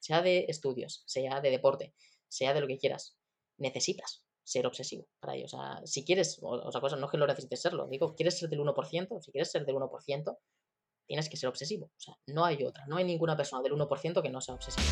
sea de estudios, sea de deporte, sea de lo que quieras, necesitas ser obsesivo para ello. O sea, si quieres, otra cosa no es que lo necesites serlo, digo, quieres ser del 1%, si quieres ser del 1%, tienes que ser obsesivo. O sea, no hay otra, no hay ninguna persona del 1% que no sea obsesiva.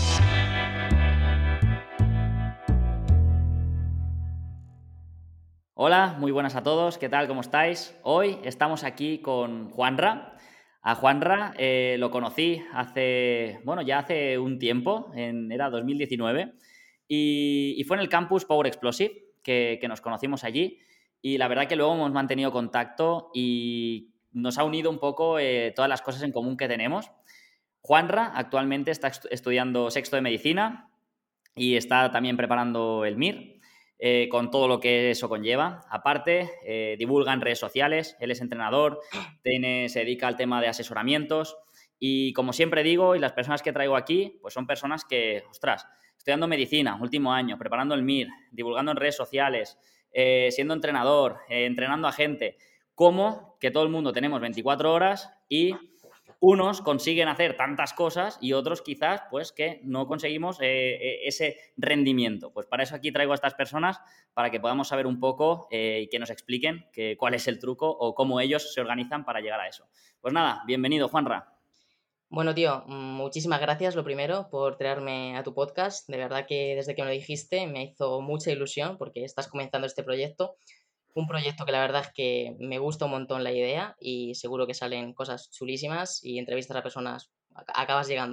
Hola, muy buenas a todos, ¿qué tal? ¿Cómo estáis? Hoy estamos aquí con Juanra. A Juanra lo conocí ya hace un tiempo, era 2019, y fue en el campus Power Explosive que nos conocimos allí, y la verdad que luego hemos mantenido contacto y nos ha unido un poco todas las cosas en común que tenemos. Juanra actualmente está estudiando sexto de medicina y está también preparando el MIR. Con todo lo que eso conlleva. Aparte, divulga en redes sociales, él es entrenador, se dedica al tema de asesoramientos y como siempre digo, y las personas que traigo aquí, pues son personas que, ostras, estudiando medicina, último año, preparando el MIR, divulgando en redes sociales, siendo entrenador, entrenando a gente, como que todo el mundo tenemos 24 horas y unos consiguen hacer tantas cosas y otros quizás pues que no conseguimos ese rendimiento. Pues para eso aquí traigo a estas personas para que podamos saber un poco y que nos expliquen cuál es el truco o cómo ellos se organizan para llegar a eso. Pues nada, bienvenido, Juanra. Bueno, tío, muchísimas gracias, lo primero, por traerme a tu podcast. De verdad que desde que me lo dijiste me hizo mucha ilusión porque estás comenzando este proyecto. Un proyecto que la verdad es que me gusta un montón la idea y seguro que salen cosas chulísimas y entrevistas a personas. Acabas llegando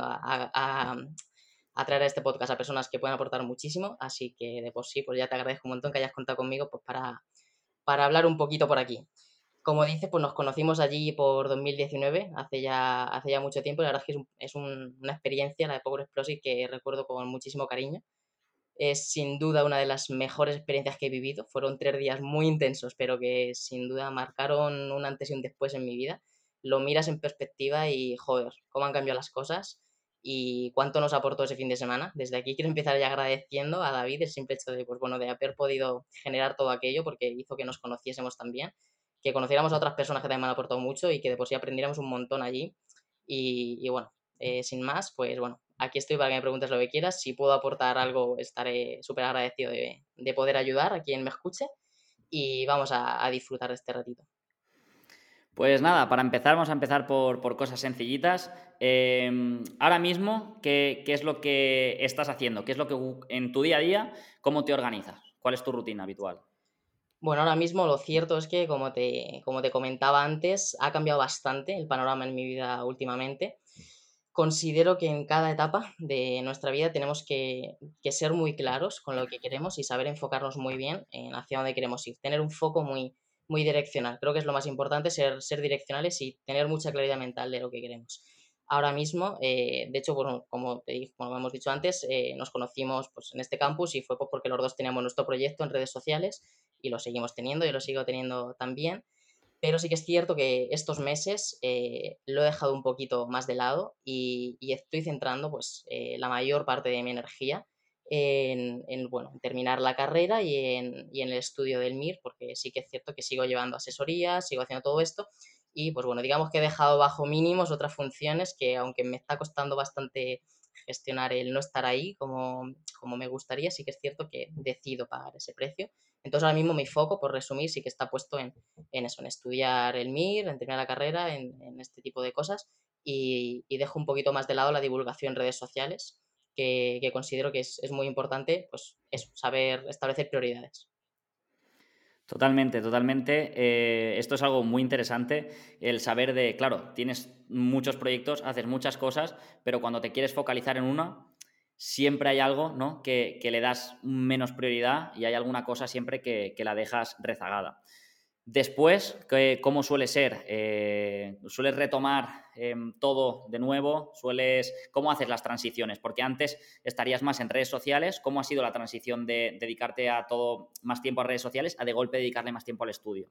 a traer a este podcast a personas que pueden aportar muchísimo. Así que de por sí, pues ya te agradezco un montón que hayas contado conmigo pues para hablar un poquito por aquí. Como dices, pues nos conocimos allí por 2019, hace ya mucho tiempo, y la verdad es que una experiencia, la de Power Explosive, que recuerdo con muchísimo cariño. Es sin duda una de las mejores experiencias que he vivido. Fueron 3 días muy intensos, pero que sin duda marcaron un antes y un después en mi vida. Lo miras en perspectiva y, joder, cómo han cambiado las cosas y cuánto nos aportó ese fin de semana. Desde aquí quiero empezar ya agradeciendo a David el simple hecho de, pues bueno, de haber podido generar todo aquello porque hizo que nos conociésemos también, que conociéramos a otras personas que también me han aportado mucho y que de por sí aprendiéramos un montón allí. Y bueno, sin más, pues bueno, aquí estoy para que me preguntes lo que quieras. Si puedo aportar algo, estaré súper agradecido de poder ayudar a quien me escuche y vamos a disfrutar de este ratito. Pues nada, para empezar, vamos a empezar por cosas sencillitas. Ahora mismo, ¿qué es lo que estás haciendo? ¿Qué es lo que en tu día a día, cómo te organizas? ¿Cuál es tu rutina habitual? Bueno, ahora mismo lo cierto es que, como te comentaba antes, ha cambiado bastante el panorama en mi vida últimamente. Considero que en cada etapa de nuestra vida tenemos que ser muy claros con lo que queremos y saber enfocarnos muy bien en hacia dónde queremos ir. Tener un foco muy direccional. Creo que es lo más importante, ser direccionales y tener mucha claridad mental de lo que queremos. Ahora mismo, de hecho, bueno, como hemos dicho antes, nos conocimos pues, en este campus y fue pues, porque los dos teníamos nuestro proyecto en redes sociales y lo seguimos teniendo y lo sigo teniendo también. Pero sí que es cierto que estos meses lo he dejado un poquito más de lado y estoy centrando pues, la mayor parte de mi energía bueno, en terminar la carrera y en el estudio del MIR, porque sí que es cierto que sigo llevando asesorías, sigo haciendo todo esto y pues bueno, digamos que he dejado bajo mínimos otras funciones que aunque me está costando bastante gestionar el no estar ahí como me gustaría, sí que es cierto que decido pagar ese precio. Entonces ahora mismo mi foco, por resumir, sí que está puesto en eso, en estudiar el MIR, en terminar la carrera, en este tipo de cosas y dejo un poquito más de lado la divulgación en redes sociales, que considero que es muy importante, pues eso, saber establecer prioridades. Totalmente, totalmente. Esto es algo muy interesante, el saber de, claro, tienes muchos proyectos, haces muchas cosas, pero cuando te quieres focalizar en una, siempre hay algo, ¿no? que le das menos prioridad y hay alguna cosa siempre que la dejas rezagada. Después, ¿cómo suele ser? ¿Sueles retomar todo de nuevo? ¿Cómo haces las transiciones? Porque antes estarías más en redes sociales. ¿Cómo ha sido la transición de dedicarte a todo más tiempo a redes sociales a de golpe dedicarle más tiempo al estudio?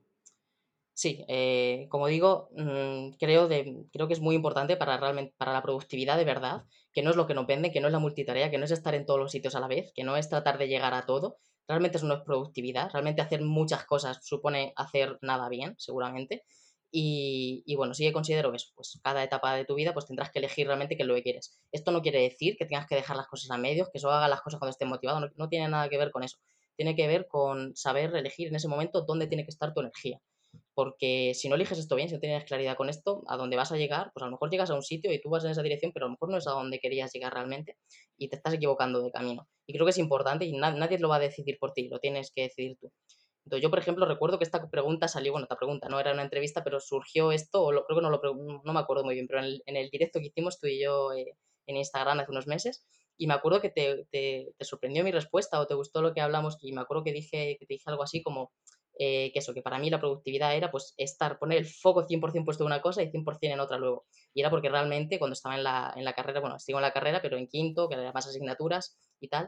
Sí, como digo, creo que es muy importante para la productividad de verdad, que no es lo que nos venden, que no es la multitarea, que no es estar en todos los sitios a la vez, que no es tratar de llegar a todo. Realmente eso no es productividad, realmente hacer muchas cosas supone hacer nada bien, seguramente. Y bueno, sí que considero que eso, pues cada etapa de tu vida pues tendrás que elegir realmente qué es lo que quieres. Esto no quiere decir que tengas que dejar las cosas a medios, que solo hagas las cosas cuando estés motivado, no tiene nada que ver con eso. Tiene que ver con saber elegir en ese momento dónde tiene que estar tu energía. Porque si no eliges esto bien, si no tienes claridad con esto, a dónde vas a llegar, pues a lo mejor llegas a un sitio y tú vas en esa dirección, pero a lo mejor no es a donde querías llegar realmente y te estás equivocando de camino. Y creo que es importante y nadie lo va a decidir por ti, lo tienes que decidir tú. Entonces, yo, por ejemplo, recuerdo que esta pregunta salió, bueno, esta pregunta no era una entrevista, pero surgió esto, creo que no me acuerdo muy bien, pero en el directo que hicimos tú y yo en Instagram hace unos meses, y me acuerdo que te sorprendió mi respuesta o te gustó lo que hablamos, y me acuerdo que te dije algo así como que eso, que para mí la productividad era pues poner el foco 100% puesto en una cosa y 100% en otra luego. Y era porque realmente cuando estaba en la carrera, bueno, sigo en la carrera, pero en quinto, que había más asignaturas y tal,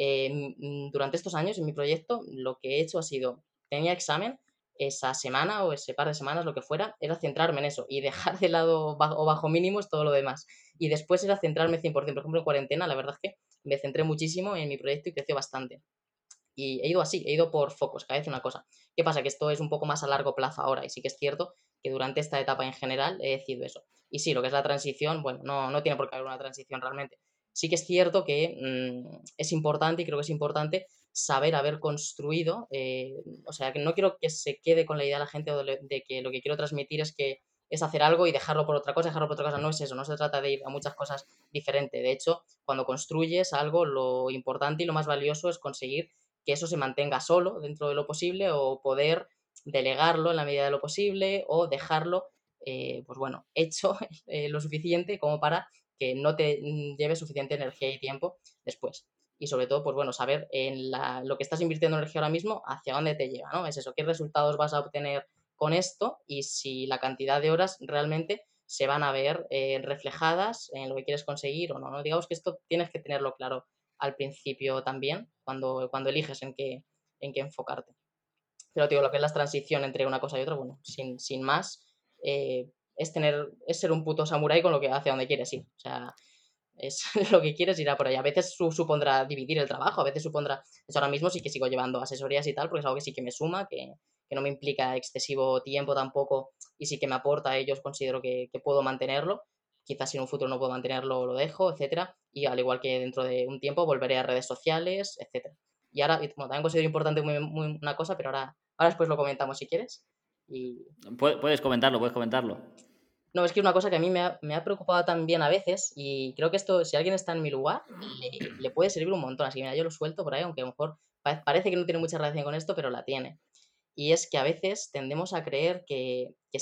durante estos años en mi proyecto lo que he hecho ha sido, tenía examen, esa semana o ese par de semanas, lo que fuera, era centrarme en eso y dejar de lado o bajo mínimos todo lo demás. Y después era centrarme 100%. Por ejemplo, en cuarentena, la verdad es que me centré muchísimo en mi proyecto y creció bastante. Y he ido así, he ido por focos, cada vez una cosa. ¿Qué pasa? Que esto es un poco más a largo plazo ahora y sí que es cierto que durante esta etapa en general he decidido eso. Y sí, lo que es la transición, bueno, no tiene por qué haber una transición realmente. Sí que es cierto que es importante y creo que es importante saber haber construido, o sea, que no quiero que se quede con la idea de la gente de que lo que quiero transmitir es que es hacer algo y dejarlo por otra cosa, dejarlo por otra cosa. No es eso, no se trata de ir a muchas cosas diferentes. De hecho, cuando construyes algo, lo importante y lo más valioso es conseguir que eso se mantenga solo dentro de lo posible o poder delegarlo en la medida de lo posible o dejarlo, pues bueno, hecho lo suficiente como para que no te lleve suficiente energía y tiempo después. Y sobre todo, pues bueno, saber lo que estás invirtiendo energía ahora mismo, hacia dónde te lleva, ¿no? Es eso, qué resultados vas a obtener con esto y si la cantidad de horas realmente se van a ver reflejadas en lo que quieres conseguir o no, ¿no? Digamos que esto tienes que tenerlo claro al principio también, cuando eliges en qué enfocarte. Pero digo, lo que es la transición entre una cosa y otra, bueno, sin más, es ser un puto samurái con lo que hacia donde quieres ir. O sea, es lo que quieres irá por ahí. A veces supondrá dividir el trabajo, a veces supondrá, eso ahora mismo sí que sigo llevando asesorías y tal, porque es algo que sí que me suma, que no me implica excesivo tiempo tampoco y sí que me aporta a ellos, considero que puedo mantenerlo. Quizás si en un futuro no puedo mantenerlo, lo dejo, etcétera. Y al igual que dentro de un tiempo volveré a redes sociales, etcétera. Y ahora, bueno, también considero importante una cosa, pero ahora después lo comentamos si quieres. Y, Puedes comentarlo, puedes comentarlo. no, es que es una cosa que a mí me ha preocupado también a veces y creo que esto, si alguien está en mi lugar, le puede servir un montón. Así que mira, yo lo suelto por ahí, aunque a lo mejor parece que no tiene mucha relación con esto, pero la tiene. Y es que a veces tendemos a creer que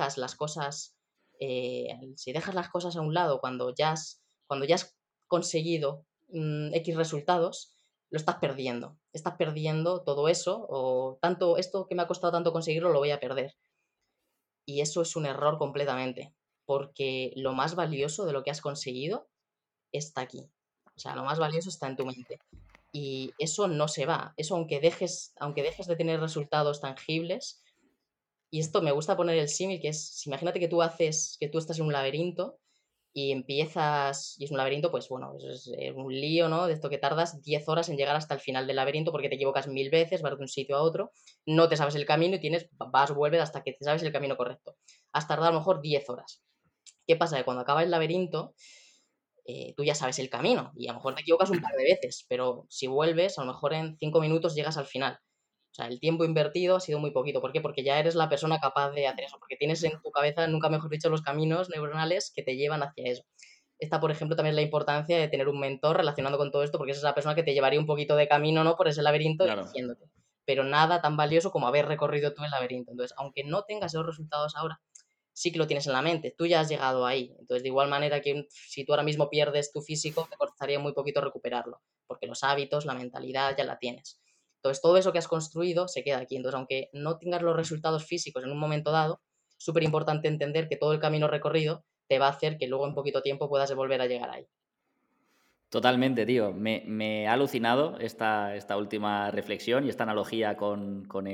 si dejas las cosas a un lado cuando ya has conseguido X resultados, lo estás perdiendo. Estás perdiendo todo eso o tanto esto que me ha costado tanto conseguirlo lo voy a perder. Y eso es un error completamente, porque lo más valioso de lo que has conseguido está aquí. O sea, lo más valioso está en tu mente. Y eso no se va. Eso aunque dejes de tener resultados tangibles, y esto me gusta poner el símil, que es, imagínate que tú estás en un laberinto y empiezas, y es un laberinto, pues bueno, es un lío, ¿no? De esto que tardas 10 horas en llegar hasta el final del laberinto porque te equivocas 1000 veces, vas de un sitio a otro, no te sabes el camino y vuelves hasta que te sabes el camino correcto. Has tardado a lo mejor 10 horas. ¿Qué pasa? Que cuando acaba el laberinto, tú ya sabes el camino y a lo mejor te equivocas un par de veces, pero si vuelves, a lo mejor en 5 minutos llegas al final. O sea, el tiempo invertido ha sido muy poquito. ¿Por qué? Porque ya eres la persona capaz de hacer eso, porque tienes en tu cabeza, nunca mejor dicho, los caminos neuronales que te llevan hacia eso. Esta, por ejemplo, también es la importancia de tener un mentor relacionado con todo esto, porque esa es la persona que te llevaría un poquito de camino, ¿no? Por ese laberinto Claro. diciéndote. Pero nada tan valioso como haber recorrido tú el laberinto. Entonces, aunque no tengas esos resultados ahora, sí que lo tienes en la mente, tú ya has llegado ahí. Entonces, de igual manera que si tú ahora mismo pierdes tu físico, te costaría muy poquito recuperarlo, porque los hábitos, la mentalidad ya la tienes. Entonces, todo eso que has construido se queda aquí. Entonces, aunque no tengas los resultados físicos en un momento dado, súper importante entender que todo el camino recorrido te va a hacer que luego en poquito tiempo puedas volver a llegar ahí. Totalmente, tío. Me ha alucinado esta última reflexión y esta analogía con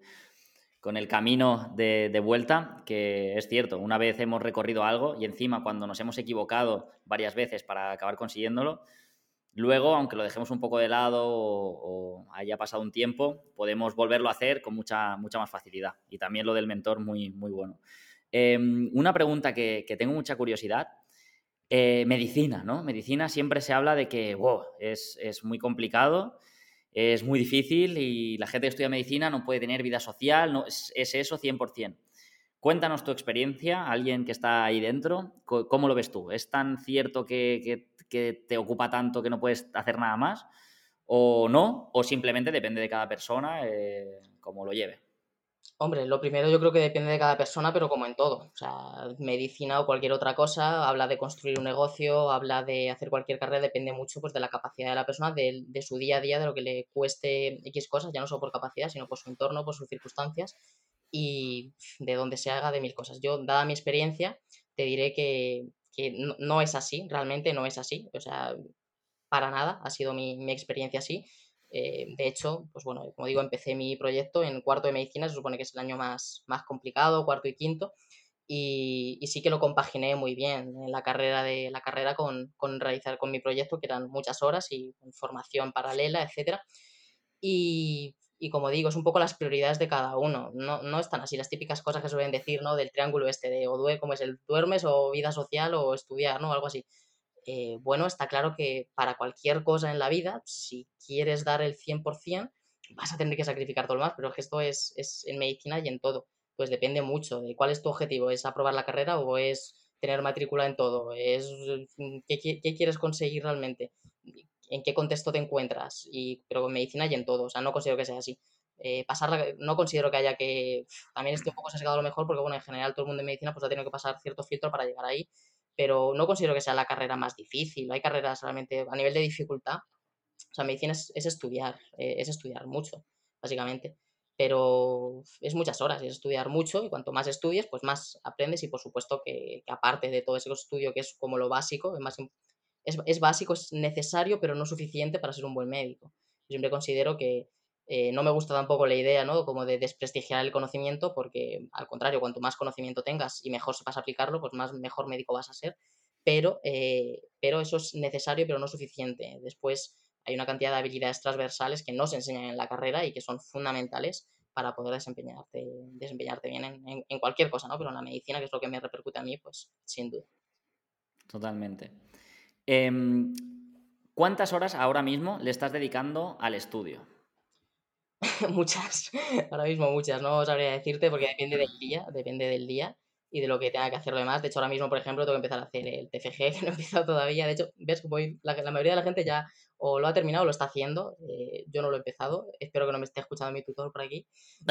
el camino de vuelta, que es cierto, una vez hemos recorrido algo y encima cuando nos hemos equivocado varias veces para acabar consiguiéndolo, luego, aunque lo dejemos un poco de lado o haya pasado un tiempo, podemos volverlo a hacer con mucha más facilidad. Y también lo del mentor, muy, muy bueno. Una pregunta que tengo mucha curiosidad. Medicina, ¿no? Medicina siempre se habla de que wow, es muy complicado, es muy difícil y la gente que estudia medicina no puede tener vida social, no, es eso 100%. Cuéntanos tu experiencia, alguien que está ahí dentro, ¿cómo lo ves tú? ¿Es tan cierto que te ocupa tanto que no puedes hacer nada más? ¿O no? ¿O simplemente depende de cada persona cómo lo lleve? Hombre, lo primero yo creo que depende de cada persona, pero como en todo. O sea, medicina o cualquier otra cosa, habla de construir un negocio, habla de hacer cualquier carrera, depende mucho pues, de la capacidad de la persona, de su día a día, de lo que le cueste X cosas, ya no solo por capacidad, sino por su entorno, por sus circunstancias y de donde se haga de mil cosas. Yo, dada mi experiencia, te diré que no es así, realmente no es así. O sea, para nada, ha sido mi experiencia así. De hecho, pues bueno, como digo, empecé mi proyecto en cuarto de medicina, se supone que es el año más complicado, cuarto y quinto, y sí que lo compaginé muy bien en la carrera con realizar con mi proyecto, que eran muchas horas y con formación paralela, etcétera. Y como digo, es un poco las prioridades de cada uno. No están así las típicas cosas que suelen decir, ¿no? Del triángulo este de como es el duermes o vida social o estudiar, ¿no? Algo así. Bueno, está claro que para cualquier cosa en la vida, si quieres dar el 100%, vas a tener que sacrificar todo lo más, pero es que esto es en medicina y en todo. Pues depende mucho de cuál es tu objetivo, ¿es aprobar la carrera o es tener matrícula en todo? ¿Qué quieres conseguir realmente? ¿En qué contexto te encuentras? Pero en medicina y en todo, o sea, no considero que sea así. No considero que haya que... También estoy un poco sesgado a lo mejor porque, bueno, en general todo el mundo en medicina pues ha tenido que pasar cierto filtro para llegar ahí, pero no considero que sea la carrera más difícil. Hay carreras realmente a nivel de dificultad. O sea, medicina es estudiar mucho, básicamente. Pero es muchas horas, es estudiar mucho y cuanto más estudies, pues más aprendes y por supuesto que aparte de todo ese estudio que es como lo básico, es básico, es necesario, pero no suficiente para ser un buen médico. Yo siempre considero que no me gusta tampoco la idea, ¿no? Como de desprestigiar el conocimiento, porque al contrario, cuanto más conocimiento tengas y mejor sepas aplicarlo, pues más mejor médico vas a ser. Pero eso es necesario, pero no suficiente. Después hay una cantidad de habilidades transversales que no se enseñan en la carrera y que son fundamentales para poder desempeñarte bien en cualquier cosa, ¿no? Pero en la medicina, que es lo que me repercute a mí, pues sin duda. Totalmente. Em, ¿Cuántas horas ahora mismo le estás dedicando al estudio? Muchas, ahora mismo muchas, no sabría decirte porque depende del día y de lo que tenga que hacer lo demás. De hecho, ahora mismo, por ejemplo, tengo que empezar a hacer el TFG, que no he empezado todavía. De hecho, ves, la mayoría de la gente ya o lo ha terminado o lo está haciendo. Yo no lo he empezado. Espero que no me esté escuchando mi tutor por aquí.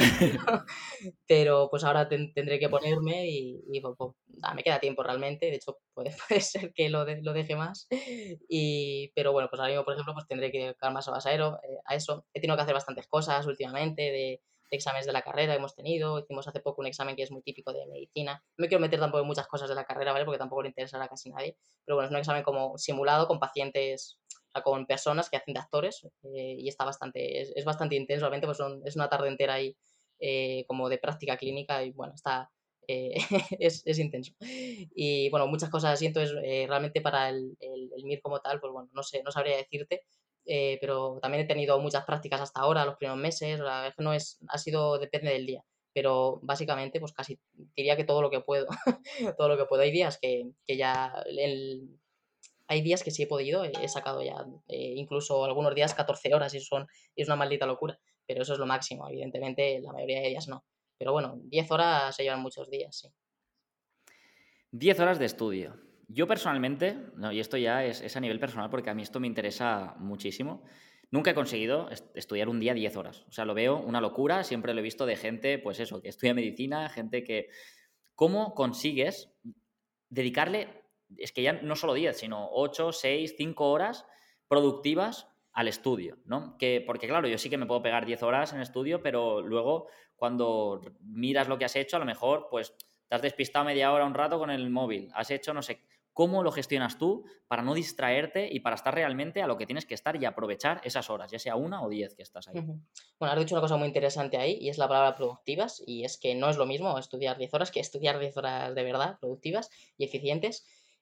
Pero pues ahora tendré que ponerme me queda tiempo realmente. De hecho, puede ser que lo deje más. Pero bueno, pues ahora mismo, por ejemplo, pues tendré que dedicar más horas a eso. He tenido que hacer bastantes cosas últimamente de exámenes de la carrera que hemos tenido. Hicimos hace poco un examen que es muy típico de medicina. No me quiero meter tampoco en muchas cosas de la carrera, ¿vale? Porque tampoco le interesará a casi nadie. Pero bueno, es un examen como simulado con pacientes, o sea, con personas que hacen de actores y es bastante intenso, realmente, pues es una tarde entera ahí como de práctica clínica y bueno, eh, es intenso. Y bueno, muchas cosas así, entonces realmente para el MIR como tal, pues bueno, no sé, no sabría decirte, pero también he tenido muchas prácticas hasta ahora, los primeros meses, la verdad es que depende del día, pero básicamente pues casi diría que todo lo que puedo, todo lo que puedo. Hay días que ya hay días que sí he podido, he sacado ya incluso algunos días 14 horas y es una maldita locura, pero eso es lo máximo, evidentemente la mayoría de días no. Pero bueno, 10 horas se llevan muchos días, sí. 10 horas de estudio. Yo personalmente, no, y esto ya es a nivel personal porque a mí esto me interesa muchísimo, nunca he conseguido estudiar un día 10 horas. O sea, lo veo una locura, siempre lo he visto de gente, pues eso, que estudia medicina, gente que... ¿Cómo consigues dedicarle, es que ya no solo 10 sino 8 6 5 horas productivas al estudio, ¿no? Porque claro, yo sí que me puedo pegar 10 horas en estudio, pero luego cuando miras lo que has hecho, a lo mejor pues te has despistado media hora, un rato con el móvil, has hecho no sé, ¿cómo lo gestionas tú para no distraerte y para estar realmente a lo que tienes que estar y aprovechar esas horas, ya sea una o 10 que estás ahí? Ujú. Bueno, has dicho una cosa muy interesante ahí y es la palabra productivas y es que no es lo mismo estudiar 10 horas que estudiar 10 horas de verdad, productivas y eficientes.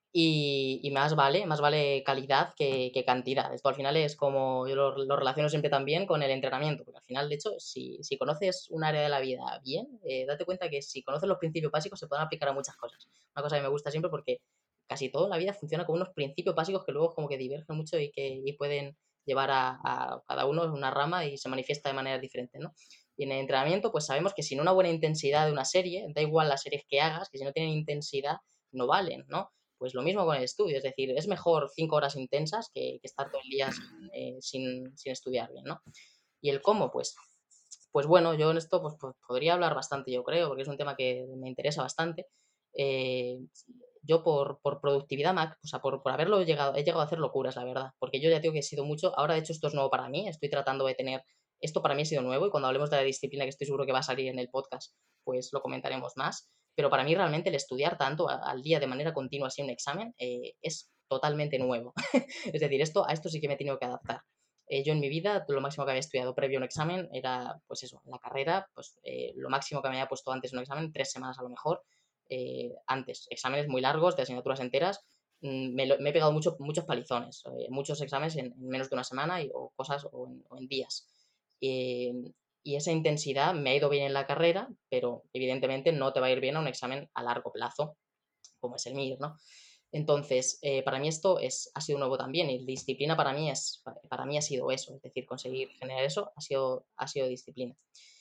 y más vale calidad que cantidad. Esto al final es como yo lo relaciono siempre también con el entrenamiento, porque al final, de hecho, si conoces un área de la vida bien, date cuenta que si conoces los principios básicos se pueden aplicar a muchas cosas. Una cosa que me gusta siempre porque casi todo en la vida funciona con unos principios básicos que luego como que divergen mucho y pueden llevar a cada uno en una rama y se manifiesta de maneras diferentes, ¿no? Y en el entrenamiento, pues sabemos que sin una buena intensidad de una serie, da igual las series que hagas, que si no tienen intensidad, no valen, ¿no? Pues lo mismo con el estudio, es decir, es mejor 5 horas intensas que estar todo el día sin estudiar bien, ¿no? Y el cómo, pues bueno, yo en esto pues podría hablar bastante, yo creo, porque es un tema que me interesa bastante. Eh, yo por productividad Mac, o sea, por haberlo llegado, he llegado a hacer locuras, la verdad, porque yo ya digo que he sido mucho, ahora de hecho esto es nuevo para mí, estoy tratando de tener, esto para mí ha sido nuevo y cuando hablemos de la disciplina que estoy seguro que va a salir en el podcast, pues lo comentaremos más, pero para mí realmente el estudiar tanto al día de manera continua así un examen es totalmente nuevo. Es decir, a esto sí que me he tenido que adaptar. Yo en mi vida lo máximo que había estudiado previo a un examen era, pues eso, en la carrera, pues lo máximo que me había puesto antes de un examen, 3 semanas a lo mejor, antes, exámenes muy largos, de asignaturas enteras, me he pegado muchos palizones, muchos exámenes en menos de una semana o cosas o en días. Eh, y esa intensidad me ha ido bien en la carrera, pero evidentemente no te va a ir bien a un examen a largo plazo, como es el MIR, ¿no? Entonces, para mí ha sido nuevo también y disciplina para mí ha sido eso, es decir, conseguir generar eso ha sido disciplina.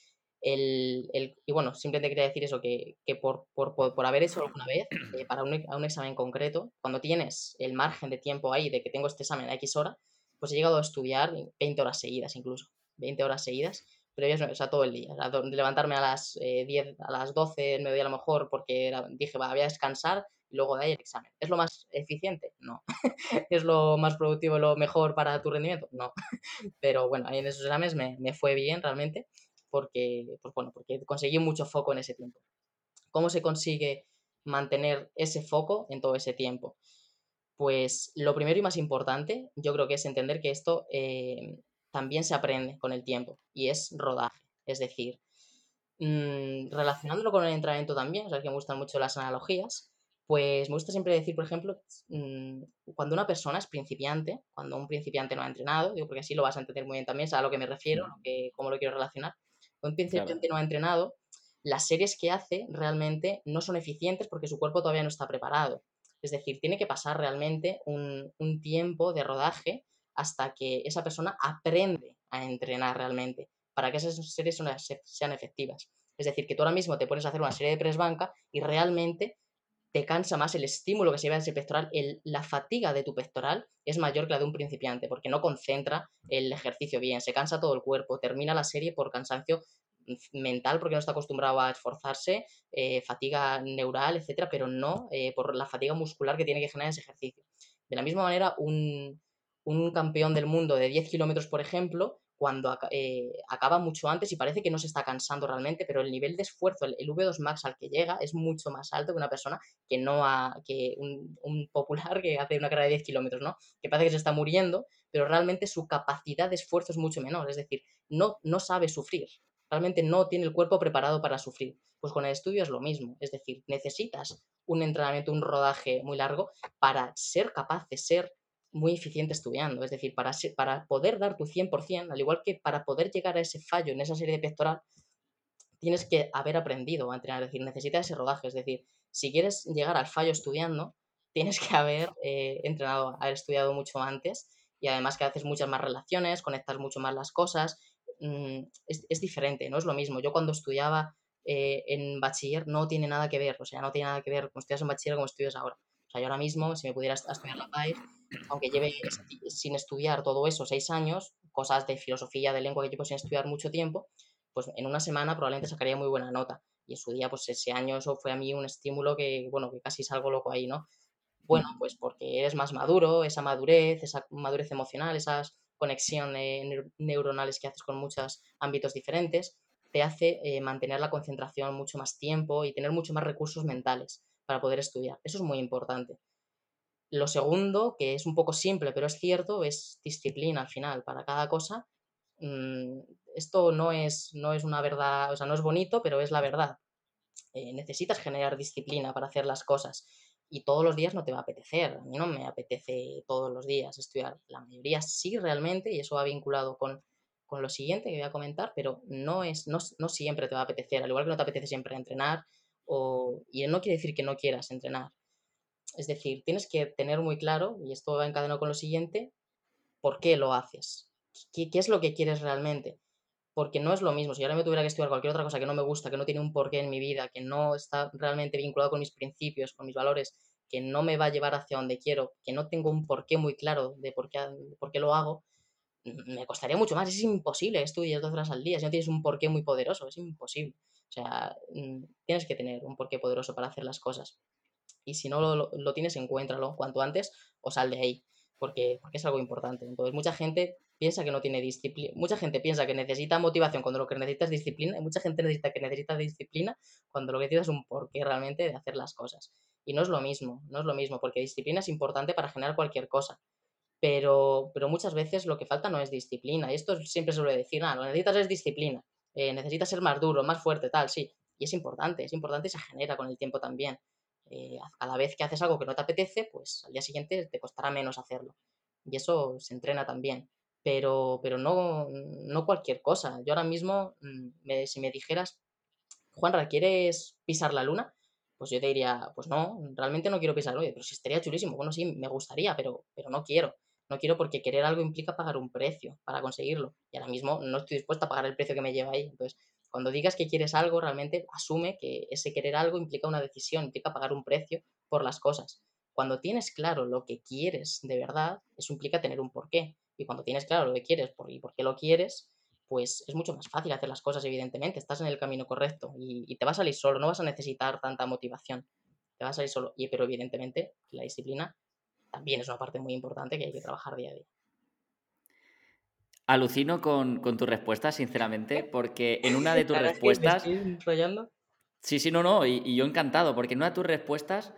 Y bueno, simplemente quería decir eso, que por haber hecho alguna vez, para a un examen concreto, cuando tienes el margen de tiempo ahí de que tengo este examen a X hora, pues he llegado a estudiar 20 horas seguidas incluso, 20 horas seguidas, previas, o sea, todo el día. O sea, levantarme a las 10, a las 12 del mediodía a lo mejor, porque dije, va, voy a descansar y luego de ahí el examen. ¿Es lo más eficiente? No. ¿Es lo más productivo, lo mejor para tu rendimiento? No. Pero bueno, ahí en esos exámenes me fue bien realmente porque conseguí mucho foco en ese tiempo. ¿Cómo se consigue mantener ese foco en todo ese tiempo? Pues lo primero y más importante, yo creo que es entender que esto también se aprende con el tiempo y es rodaje. Es decir, relacionándolo con el entrenamiento también, o sea, que me gustan mucho las analogías, pues me gusta siempre decir, por ejemplo, cuando una persona es principiante, cuando un principiante no ha entrenado, digo, porque así lo vas a entender muy bien también, sabes a lo que me refiero, cómo lo quiero relacionar. Cuando un Claro. principiante no ha entrenado, las series que hace realmente no son eficientes porque su cuerpo todavía no está preparado. Es decir, tiene que pasar realmente un tiempo de rodaje hasta que esa persona aprende a entrenar realmente para que esas series sean efectivas. Es decir, que tú ahora mismo te pones a hacer una serie de press banca y realmente te cansa más el estímulo que se lleva en ese pectoral, la fatiga de tu pectoral es mayor que la de un principiante, porque no concentra el ejercicio bien, se cansa todo el cuerpo, termina la serie por cansancio mental porque no está acostumbrado a esforzarse, fatiga neural, etcétera, pero no por la fatiga muscular que tiene que generar ese ejercicio. De la misma manera, un campeón del mundo de 10 kilómetros, por ejemplo, cuando acaba mucho antes y parece que no se está cansando realmente, pero el nivel de esfuerzo, el V2 max al que llega es mucho más alto que una persona que un popular que hace una carrera de 10 kilómetros, ¿no? Que parece que se está muriendo, pero realmente su capacidad de esfuerzo es mucho menor, es decir, no sabe sufrir, realmente no tiene el cuerpo preparado para sufrir. Pues con el estudio es lo mismo, es decir, necesitas un entrenamiento, un rodaje muy largo para ser capaz de ser muy eficiente estudiando, es decir, para poder dar tu 100%, al igual que para poder llegar a ese fallo en esa serie de pectoral, tienes que haber aprendido a entrenar, es decir, necesitas ese rodaje, es decir, si quieres llegar al fallo estudiando, tienes que haber entrenado, haber estudiado mucho antes y además que haces muchas más relaciones, conectas mucho más las cosas, es diferente, no es lo mismo. Yo cuando estudiaba en bachiller no tiene nada que ver, o sea, no tiene nada que ver como estudias en bachiller como estudias ahora. O sea, yo ahora mismo, si me pudiera estudiar la PAES, aunque lleve sin estudiar todo eso 6 años, cosas de filosofía, de lengua que llevo sin estudiar mucho tiempo, pues en una semana probablemente sacaría muy buena nota. Y en su día, pues ese año eso fue a mí un estímulo que, bueno, que casi salgo loco ahí, ¿no? Bueno, pues porque eres más maduro, esa madurez emocional, esas conexiones neuronales que haces con muchos ámbitos diferentes, te hace mantener la concentración mucho más tiempo y tener mucho más recursos mentales para poder estudiar. Eso es muy importante. Lo segundo, que es un poco simple, pero es cierto, es disciplina al final. Para cada cosa, mm, esto no es una verdad, o sea, no es bonito, pero es la verdad. Necesitas generar disciplina para hacer las cosas. y todos los días no te va a apetecer. A mí no me apetece todos los días estudiar. La mayoría sí realmente, y eso va vinculado con lo siguiente que voy a comentar, pero no siempre te va a apetecer, al igual que no te apetece siempre entrenar, y no quiere decir que no quieras entrenar. Es decir, tienes que tener muy claro, y esto va encadenado con lo siguiente, por qué lo haces. ¿Qué es lo que quieres realmente? Porque no es lo mismo. Si ahora me tuviera que estudiar cualquier otra cosa que no me gusta, que no tiene un porqué en mi vida, que no está realmente vinculado con mis principios, con mis valores, que no me va a llevar hacia donde quiero, que no tengo un porqué muy claro de por qué lo hago, me costaría mucho más. Es imposible estudiar 12 horas al día si no tienes un porqué muy poderoso. Es imposible. O sea, tienes que tener un porqué poderoso para hacer las cosas. Y si no lo tienes, encuéntralo cuanto antes o sal de ahí, porque es algo importante. Entonces, mucha gente piensa que no tiene disciplina, mucha gente piensa que necesita motivación cuando lo que necesita es disciplina, y mucha gente necesita disciplina cuando lo que necesita es un porqué realmente de hacer las cosas. Y no es lo mismo, no es lo mismo, porque disciplina es importante para generar cualquier cosa. Pero muchas veces lo que falta no es disciplina. Y esto siempre se suele decir, lo que necesitas es disciplina. Necesitas ser más duro, más fuerte, tal, sí. Y es importante y se genera con el tiempo también. Cada vez que haces algo que no te apetece, pues al día siguiente te costará menos hacerlo. Y eso se entrena también. Pero no cualquier cosa. Yo ahora mismo, si me dijeras, Juanra, ¿quieres pisar la luna? Pues yo te diría, pues no, realmente no quiero pisar. Oye, pero sí estaría chulísimo. Bueno, sí, me gustaría, pero no quiero. No quiero porque querer algo implica pagar un precio para conseguirlo. Y ahora mismo no estoy dispuesta a pagar el precio que me lleva ahí. Entonces, cuando digas que quieres algo, realmente asume que ese querer algo implica una decisión, implica pagar un precio por las cosas. Cuando tienes claro lo que quieres de verdad, eso implica tener un porqué. Y cuando tienes claro lo que quieres y por qué lo quieres, pues es mucho más fácil hacer las cosas, evidentemente. Estás en el camino correcto y te va a salir solo, no vas a necesitar tanta motivación. Te va a salir solo. Pero evidentemente la disciplina también es una parte muy importante que hay que trabajar día a día. Alucino con tu respuesta, sinceramente, porque en una de tus Ahora es que me respuestas. estoy enrollando. Sí, sí, no, no, y yo encantado, porque en una de tus respuestas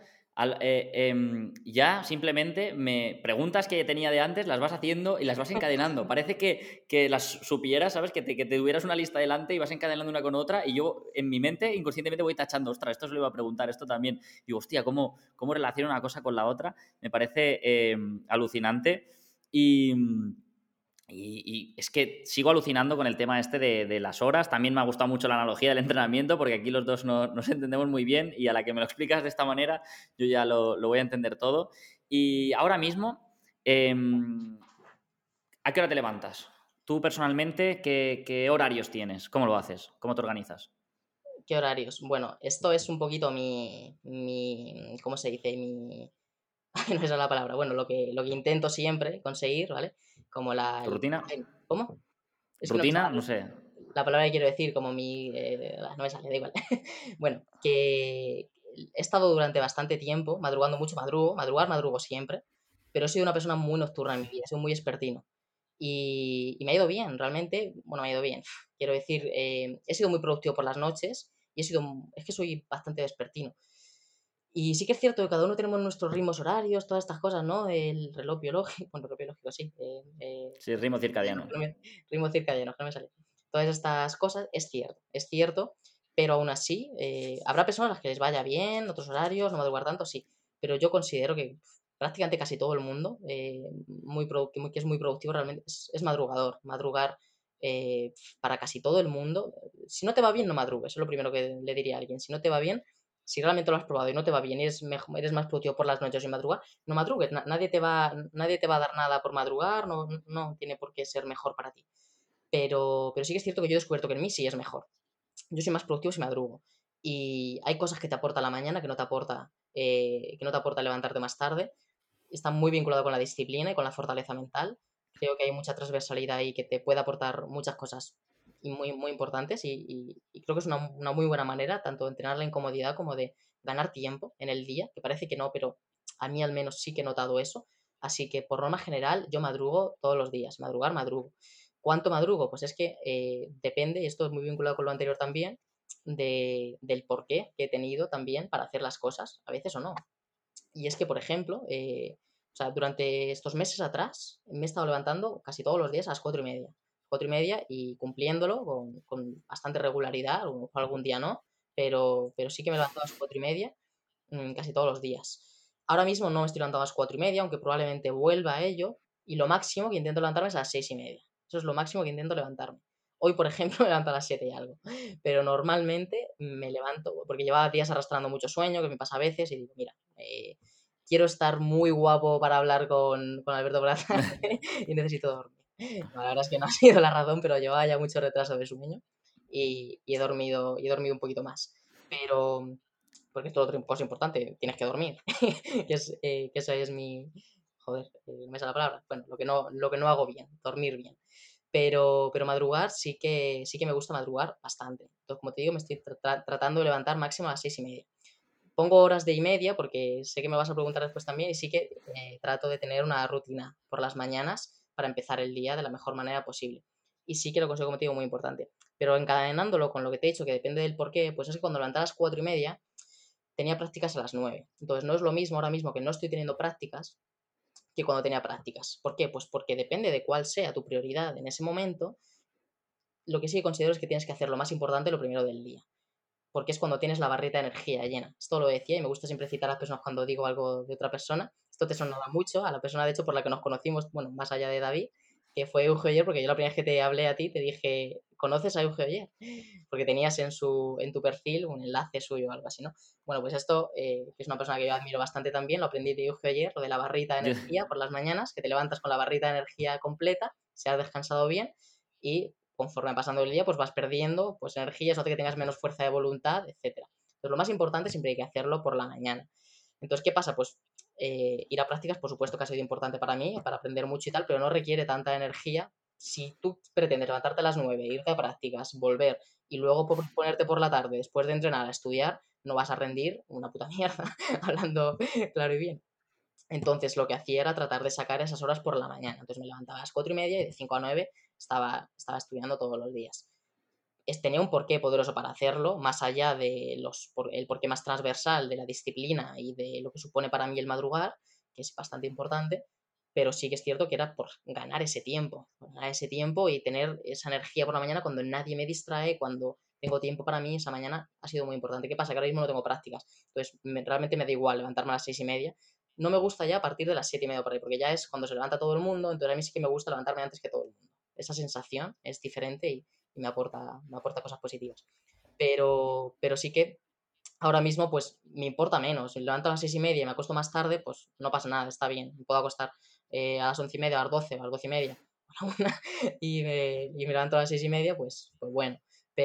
ya simplemente me preguntas que tenía de antes, las vas haciendo y las vas encadenando. Parece que las supieras, ¿sabes? Que te tuvieras una lista delante y vas encadenando una con otra y yo en mi mente inconscientemente voy tachando, ostras, esto se lo iba a preguntar, esto también. Digo, hostia, ¿cómo relaciona una cosa con la otra? Me parece alucinante y es que sigo alucinando con el tema este de las horas. También me ha gustado mucho la analogía del entrenamiento porque aquí los dos nos entendemos muy bien y a la que me lo explicas de esta manera yo ya lo voy a entender todo. Y ahora mismo, ¿a qué hora te levantas? Tú personalmente, ¿qué horarios tienes? ¿Cómo lo haces? ¿Cómo te organizas? ¿Qué horarios? Bueno, esto es un poquito ¿cómo se dice? No es la palabra. Bueno, lo que intento siempre conseguir, ¿vale? Como ¿Tu rutina? ay, ¿cómo? Es que no me ¿Rutina? No sale sé. la palabra que quiero decir, como no me sale, da igual. Bueno, que he estado durante bastante tiempo madrugando mucho, madrugo siempre, pero he sido una persona muy nocturna en mi vida, he sido muy vespertino. Y me ha ido bien, realmente, bueno, me ha ido bien. Quiero decir, he sido muy productivo por las noches y es que soy bastante vespertino. Y sí que es cierto que cada uno tenemos nuestros ritmos horarios, todas estas cosas, ¿no? El reloj biológico, bueno, reloj biológico sí, Sí, ritmo circadiano. ritmo circadiano, que no me sale. Todas estas cosas, es cierto, pero aún así, habrá personas a las que les vaya bien, otros horarios, no madrugar tanto, sí, pero yo considero que prácticamente casi todo el mundo, que es muy productivo realmente, es madrugador. Madrugar para casi todo el mundo, si no te va bien, no madrugues, es lo primero que le diría a alguien. Si no te va bien, si realmente lo has probado y no te va bien y eres más productivo por las noches y madrugar, no madrugues. Nadie te va a dar nada por madrugar, no tiene por qué ser mejor para ti. Pero sí que es cierto que yo he descubierto que en mí sí es mejor. Yo soy más productivo si madrugo. Y hay cosas que te aporta la mañana que no te aporta levantarte más tarde. Está muy vinculado con la disciplina y con la fortaleza mental. Creo que hay mucha transversalidad ahí que te puede aportar muchas cosas y muy, muy importantes y creo que es una muy buena manera tanto de entrenar la incomodidad como de ganar tiempo en el día, que parece que no, pero a mí al menos sí que he notado eso. Así que por norma general yo madrugo todos los días, madrugo. ¿Cuánto madrugo? Pues es que depende, y esto es muy vinculado con lo anterior también, del porqué que he tenido también para hacer las cosas, a veces o no. Y es que, por ejemplo, o sea, durante estos meses atrás me he estado levantando casi todos los días a las 4:30. 4:30 y cumpliéndolo con bastante regularidad, o algún día no, pero sí que me levanto a las 4:30 casi todos los días. Ahora mismo no me estoy levantando a las 4:30, aunque probablemente vuelva a ello, y lo máximo que intento levantarme es a las 6:30. Eso es lo máximo que intento levantarme. Hoy, por ejemplo, me levanto a las 7 y algo, pero normalmente me levanto, porque llevaba días arrastrando mucho sueño, que me pasa a veces, y digo, mira, quiero estar muy guapo para hablar con Alberto por la tarde y necesito dormir. No, la verdad es que no ha sido la razón, pero llevaba ya mucho retraso de sueño y he dormido un poquito más. Pero, porque esto es otra cosa importante, tienes que dormir, que esa es mi, joder, no me sale la palabra, bueno, lo que no hago bien, dormir bien. Pero madrugar sí que me gusta madrugar bastante. Entonces, como te digo, me estoy tratando de levantar máximo a las 6:30. Pongo horas de y media porque sé que me vas a preguntar después también y sí que trato de tener una rutina por las mañanas para empezar el día de la mejor manera posible. Y sí que lo consigo, como te digo, muy importante. Pero encadenándolo con lo que te he dicho, que depende del por qué, pues es que cuando levanté a las 4:30 tenía prácticas a las 9. Entonces no es lo mismo ahora mismo que no estoy teniendo prácticas que cuando tenía prácticas. ¿Por qué? Pues porque depende de cuál sea tu prioridad en ese momento. Lo que sí que considero es que tienes que hacer lo más importante lo primero del día, porque es cuando tienes la barrita de energía llena. Esto lo decía y me gusta siempre citar a las personas cuando digo algo de otra persona. Esto te sonaba mucho a la persona, de hecho, por la que nos conocimos, bueno, más allá de David, que fue Euge Oyer, porque yo la primera vez que te hablé a ti te dije, ¿conoces a Euge Oyer? Porque tenías en tu perfil un enlace suyo o algo así, ¿no? Bueno, pues esto, que es una persona que yo admiro bastante también, lo aprendí de Euge Oyer, lo de la barrita de Yo- energía por las mañanas, que te levantas con la barrita de energía completa, se has descansado bien y conforme pasando el día, pues vas perdiendo pues energía, eso hace que tengas menos fuerza de voluntad, etcétera. Entonces, lo más importante siempre hay que hacerlo por la mañana. Entonces, ¿qué pasa? Pues ir a prácticas, por supuesto que ha sido importante para mí, para aprender mucho y tal, pero no requiere tanta energía. Si tú pretendes levantarte a las 9, irte a prácticas, volver y luego ponerte por la tarde, después de entrenar, a estudiar, no vas a rendir una puta mierda, hablando claro y bien. Entonces lo que hacía era tratar de sacar esas horas por la mañana. Entonces me levantaba a las 4:30 y de 5 a 9 estaba estudiando todos los días. Tenía un porqué poderoso para hacerlo, más allá de el porqué más transversal de la disciplina y de lo que supone para mí el madrugar, que es bastante importante, pero sí que es cierto que era por ganar ese tiempo y tener esa energía por la mañana cuando nadie me distrae, cuando tengo tiempo para mí, esa mañana ha sido muy importante. ¿Qué pasa? Que ahora mismo no tengo prácticas, entonces realmente me da igual levantarme a las 6:30. No me gusta ya a partir de las 7:30 por ahí, porque ya es cuando se levanta todo el mundo, entonces a mí sí que me gusta levantarme antes que todo el mundo. Esa sensación es diferente y me aporta cosas positivas. Pero sí que ahora mismo pues me importa menos. Si me levanto a las 6:30 y me acuesto más tarde, pues no pasa nada, está bien. Me puedo acostar a las 11:30, a las 12, a las 12:30, a la 1 y me levanto a las 6:30, pues bueno.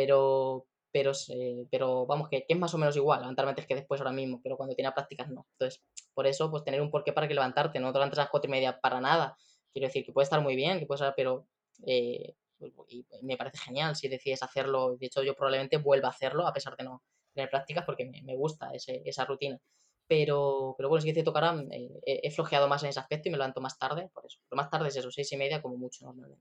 Pero vamos, que es más o menos igual levantarme antes que después ahora mismo, pero cuando tenía prácticas no. Entonces, por eso, pues tener un porqué para que levantarte, no te levantes a las 4:30 para nada. Quiero decir que puede estar muy bien, que puede ser, pero y me parece genial si decides hacerlo. De hecho, yo probablemente vuelva a hacerlo a pesar de no tener prácticas porque me gusta esa rutina. Pero bueno, sí que es cierto que ahora he flojeado más en ese aspecto y me levanto más tarde, por eso. Pero más tarde es eso, 6:30 como mucho normalmente.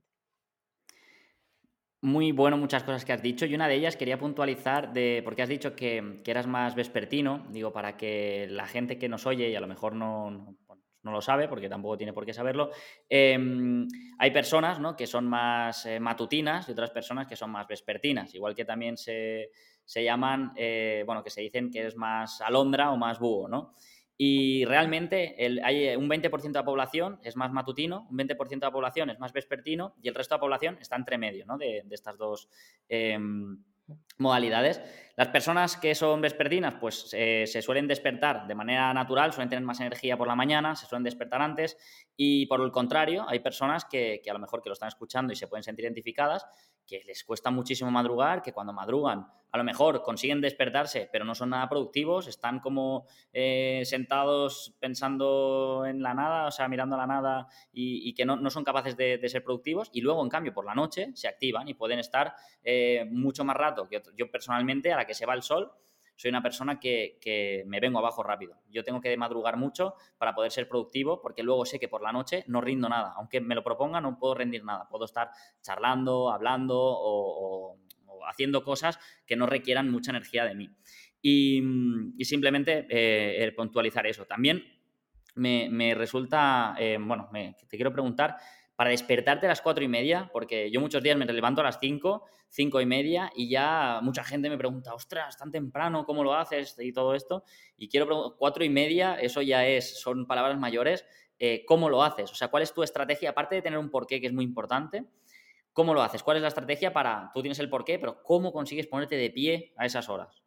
Muy bueno muchas cosas que has dicho y una de ellas quería puntualizar porque has dicho que eras más vespertino, digo, para que la gente que nos oye y a lo mejor bueno, no lo sabe porque tampoco tiene por qué saberlo, hay personas, ¿no?, que son más matutinas y otras personas que son más vespertinas, igual que también se llaman, bueno, que se dicen que es más alondra o más búho, ¿no? Y realmente hay un 20% de la población es más matutino, un 20% de la población es más vespertino y el resto de la población está entre medio, ¿no?, de estas dos modalidades. Las personas que son vespertinas pues se suelen despertar de manera natural, suelen tener más energía por la mañana, se suelen despertar antes y por el contrario hay personas que a lo mejor que lo están escuchando y se pueden sentir identificadas, que les cuesta muchísimo madrugar, que cuando madrugan a lo mejor consiguen despertarse pero no son nada productivos, están como sentados pensando en la nada, o sea, mirando a la nada y que no son capaces de ser productivos y luego, en cambio, por la noche se activan y pueden estar mucho más rato. Yo personalmente, a la que se va el sol, soy una persona que me vengo abajo rápido. Yo tengo que madrugar mucho para poder ser productivo porque luego sé que por la noche no rindo nada. Aunque me lo proponga, no puedo rendir nada. Puedo estar charlando, hablando o haciendo cosas que no requieran mucha energía de mí. Y simplemente el puntualizar eso. También me resulta, bueno, te quiero preguntar, para despertarte a las 4:30, porque yo muchos días me levanto a las 5, 5:30 y ya mucha gente me pregunta, ostras, tan temprano, ¿cómo lo haces? Y todo esto. Y quiero preguntar, 4:30, eso ya son palabras mayores. ¿Cómo lo haces? O sea, ¿cuál es tu estrategia? Aparte de tener un porqué que es muy importante, ¿cómo lo haces? ¿Cuál es la estrategia para, tú tienes el porqué, pero cómo consigues ponerte de pie a esas horas?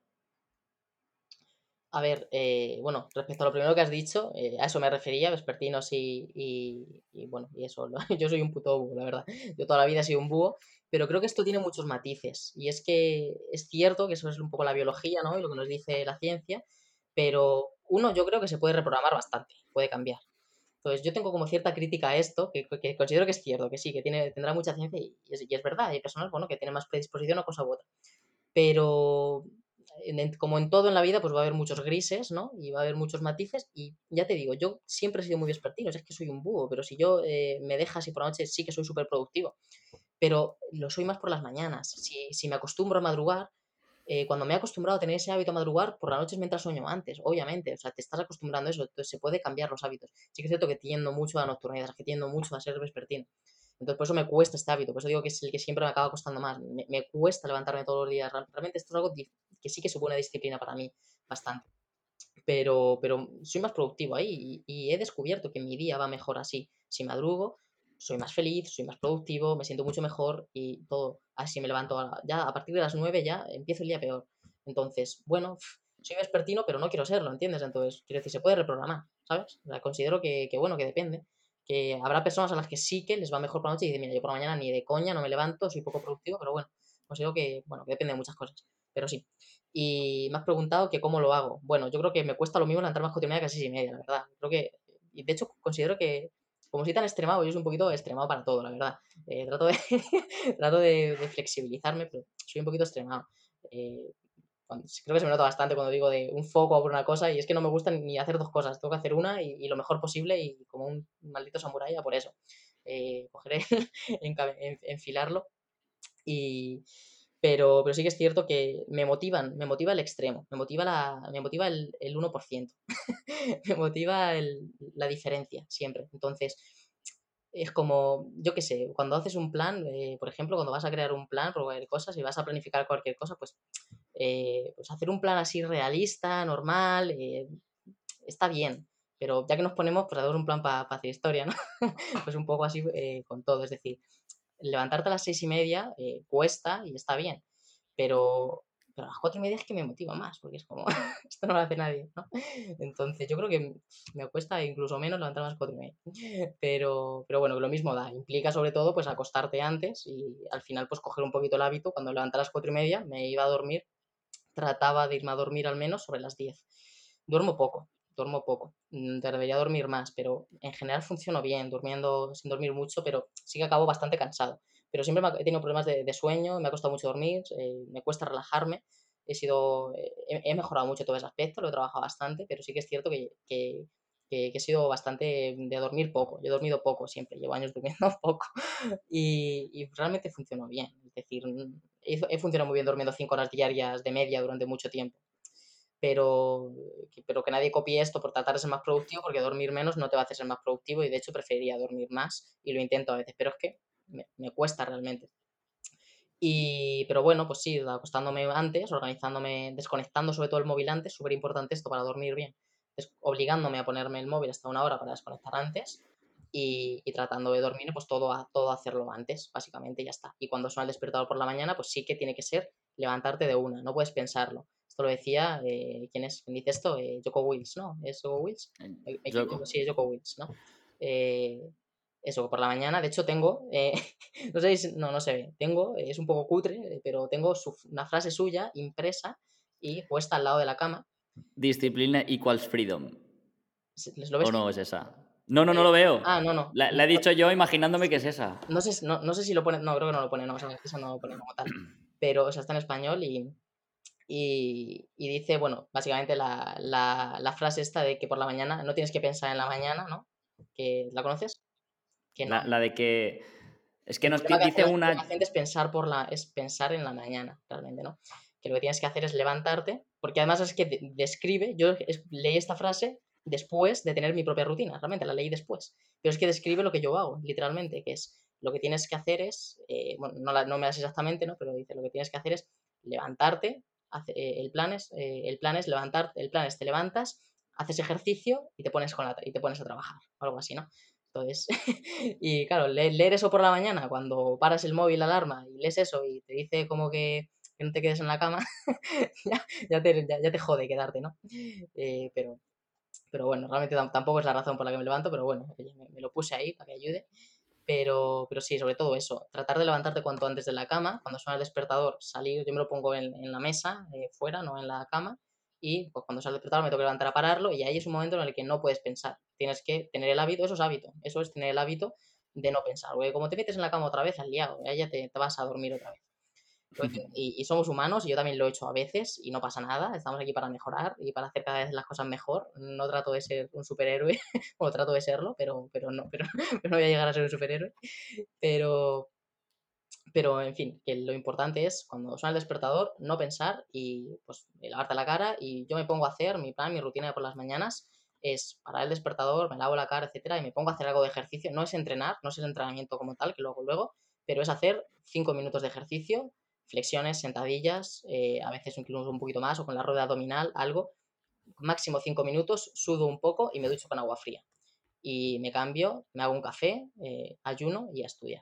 A ver, bueno, respecto a lo primero que has dicho, a eso me refería, vespertinos y bueno, y eso, yo soy un puto búho, la verdad. Yo toda la vida he sido un búho, pero creo que esto tiene muchos matices. Y es que es cierto que eso es un poco la biología, ¿no? Y lo que nos dice la ciencia, pero uno, yo creo que se puede reprogramar bastante, puede cambiar. Entonces, yo tengo como cierta crítica a esto, que considero que es cierto, que sí, que tendrá mucha ciencia y es verdad, hay personas, bueno, que tienen más predisposición a una cosa u otra. Pero como en todo en la vida, pues va a haber muchos grises, ¿no? Y va a haber muchos matices. Y ya te digo, yo siempre he sido muy vespertino, es que soy un búho, pero si yo me dejas y por la noche sí que soy súper productivo, pero lo soy más por las mañanas. Si me acostumbro a madrugar, cuando me he acostumbrado a tener ese hábito a madrugar, por la noche es mientras sueño antes, obviamente, o sea, te estás acostumbrando a eso, entonces se puede cambiar los hábitos. Sí que es cierto que tiendo mucho a la nocturnidad, es que tiendo mucho a ser vespertino. Entonces, por eso me cuesta este hábito, por eso digo que es el que siempre me acaba costando más. Me cuesta levantarme todos los días. Realmente esto es algo que sí que supone disciplina para mí, bastante. Pero soy más productivo ahí y he descubierto que mi día va mejor así. Si madrugo, soy más feliz, soy más productivo, me siento mucho mejor y todo. Así me levanto ya a partir de las 9 ya empiezo el día peor. Entonces, bueno, soy vespertino, pero no quiero serlo, ¿entiendes? Entonces, quiero decir, se puede reprogramar, ¿sabes? O sea, considero que bueno, que depende. Que habrá personas a las que sí que les va mejor por la noche y dicen, mira, yo por la mañana ni de coña no me levanto, soy poco productivo, pero bueno, considero que, bueno, que depende de muchas cosas. Pero sí. Y me has preguntado que cómo lo hago. Bueno, yo creo que me cuesta lo mismo levantarme a las 4:30 que a 6:30, la verdad. Creo que, y de hecho considero que, como soy tan extremado, yo soy un poquito extremado para todo, la verdad. Trato de, trato de flexibilizarme, pero soy un poquito extremado. Eh, creo que se me nota bastante cuando digo de un foco por una cosa y es que no me gusta ni hacer dos cosas, tengo que hacer una y lo mejor posible y como un maldito samurái a por eso. Cogeré, enfilarlo y, pero sí que es cierto que me motiva el extremo, me motiva el 1%, me motiva la diferencia siempre. Entonces, es como, yo qué sé, cuando haces un plan, por ejemplo, cuando vas a crear un plan por cualquier cosa, si vas a planificar cualquier cosa, pues hacer un plan así realista, normal, está bien. Pero ya que nos ponemos, pues hacemos un plan para hacer historia, ¿no? Pues un poco así con todo. Es decir, levantarte a las 6:30 cuesta y está bien, pero a las 4:30 es que me motiva más, porque es como, esto no lo hace nadie, ¿no? Entonces yo creo que me cuesta incluso menos levantarme a las 4:30. Pero bueno, lo mismo da, implica sobre todo pues acostarte antes y al final pues coger un poquito el hábito, cuando levantaba a las 4:30 me iba a dormir, trataba de irme a dormir al menos sobre las 10. Duermo poco. Debería dormir más, pero en general funciono bien, durmiendo sin dormir mucho, pero sí que acabo bastante cansado. Pero siempre he tenido problemas de sueño, me ha costado mucho dormir, me cuesta relajarme. He mejorado mucho todo ese aspecto, lo he trabajado bastante, pero sí que es cierto que he sido bastante de dormir poco. Yo he dormido poco siempre, llevo años durmiendo poco y realmente funcionó bien. Es decir, he funcionado muy bien durmiendo 5 horas diarias de media durante mucho tiempo. Pero que nadie copie esto por tratar de ser más productivo, porque dormir menos no te va a hacer ser más productivo y de hecho preferiría dormir más y lo intento a veces, pero es que me cuesta realmente. Pero bueno, pues sí, acostándome antes, organizándome, desconectando sobre todo el móvil antes, súper importante esto para dormir bien, obligándome a ponerme el móvil hasta una hora para desconectar antes y tratando de dormir, pues todo hacerlo antes, básicamente, y ya está. Y cuando suena el despertador por la mañana, pues sí que tiene que ser levantarte de una, no puedes pensarlo. Esto lo decía, ¿quién es? ¿Quién dice esto? Joko Wills, ¿no? ¿Es Joko Wills? Yoko. Sí, es Joko Wills, ¿no? Eh, eso, por la mañana, de hecho tengo, no sé no se ve, tengo, es un poco cutre, pero tengo una frase suya impresa y puesta al lado de la cama. Disciplina equals freedom. ¿Lo ¿O ves tú? no es esa? No, no, no lo veo. No, no. La he dicho yo imaginándome que es esa. No sé si lo pone, no, creo que no lo pone, no, esa no lo pone como tal. Pero, o sea, está en español y dice, bueno, básicamente la frase esta de que por la mañana no tienes que pensar en la mañana, ¿no? ¿La conoces? Que no. La de que... Es que El nos problema que hace dice la una... gente es pensar en la mañana, realmente, ¿no? Que lo que tienes que hacer es levantarte, porque además es que describe, yo leí esta frase después de tener mi propia rutina, realmente la leí después. Pero es que describe lo que yo hago, literalmente, que es lo que tienes que hacer es, bueno, no me das exactamente, ¿no? Pero dice, lo que tienes que hacer es levantarte, el plan es levantarte, el plan es te levantas, haces ejercicio y te pones, y te pones a trabajar, o algo así, ¿no? Entonces, y claro, leer eso por la mañana, cuando paras el móvil, la alarma, y lees eso y te dice como que no te quedes en la cama, ya te jode quedarte, ¿no? Pero, bueno, realmente tampoco es la razón por la que me levanto, pero bueno, oye, me lo puse ahí para que ayude. Pero sí, sobre todo eso, tratar de levantarte cuanto antes de la cama, cuando suena el despertador, salir, yo me lo pongo en la mesa, fuera, no en la cama, y pues cuando sale el despertador me tengo que levantar a pararlo, y ahí es un momento en el que no puedes pensar, tienes que tener el hábito, eso es tener el hábito de no pensar, porque como te metes en la cama otra vez, al liado, ahí ya te vas a dormir otra vez. Y somos humanos, y yo también lo he hecho a veces, y no pasa nada, estamos aquí para mejorar y para hacer cada vez las cosas mejor. No trato de ser un superhéroe, o trato de serlo, pero no, pero no voy a llegar a ser un superhéroe. Pero, en fin, que lo importante es cuando suena el despertador, no pensar y pues lavarte la cara. Y yo me pongo a hacer mi plan, mi rutina de por las mañanas es parar el despertador, me lavo la cara, etcétera, y me pongo a hacer algo de ejercicio. No es entrenar, no es el entrenamiento como tal, que lo hago luego, pero es hacer 5 minutos de ejercicio, flexiones, sentadillas, a veces incluso un poquito más, o con la rueda abdominal, algo. Máximo 5 minutos, sudo un poco y me ducho con agua fría. Y me cambio, me hago un café, ayuno y a estudiar.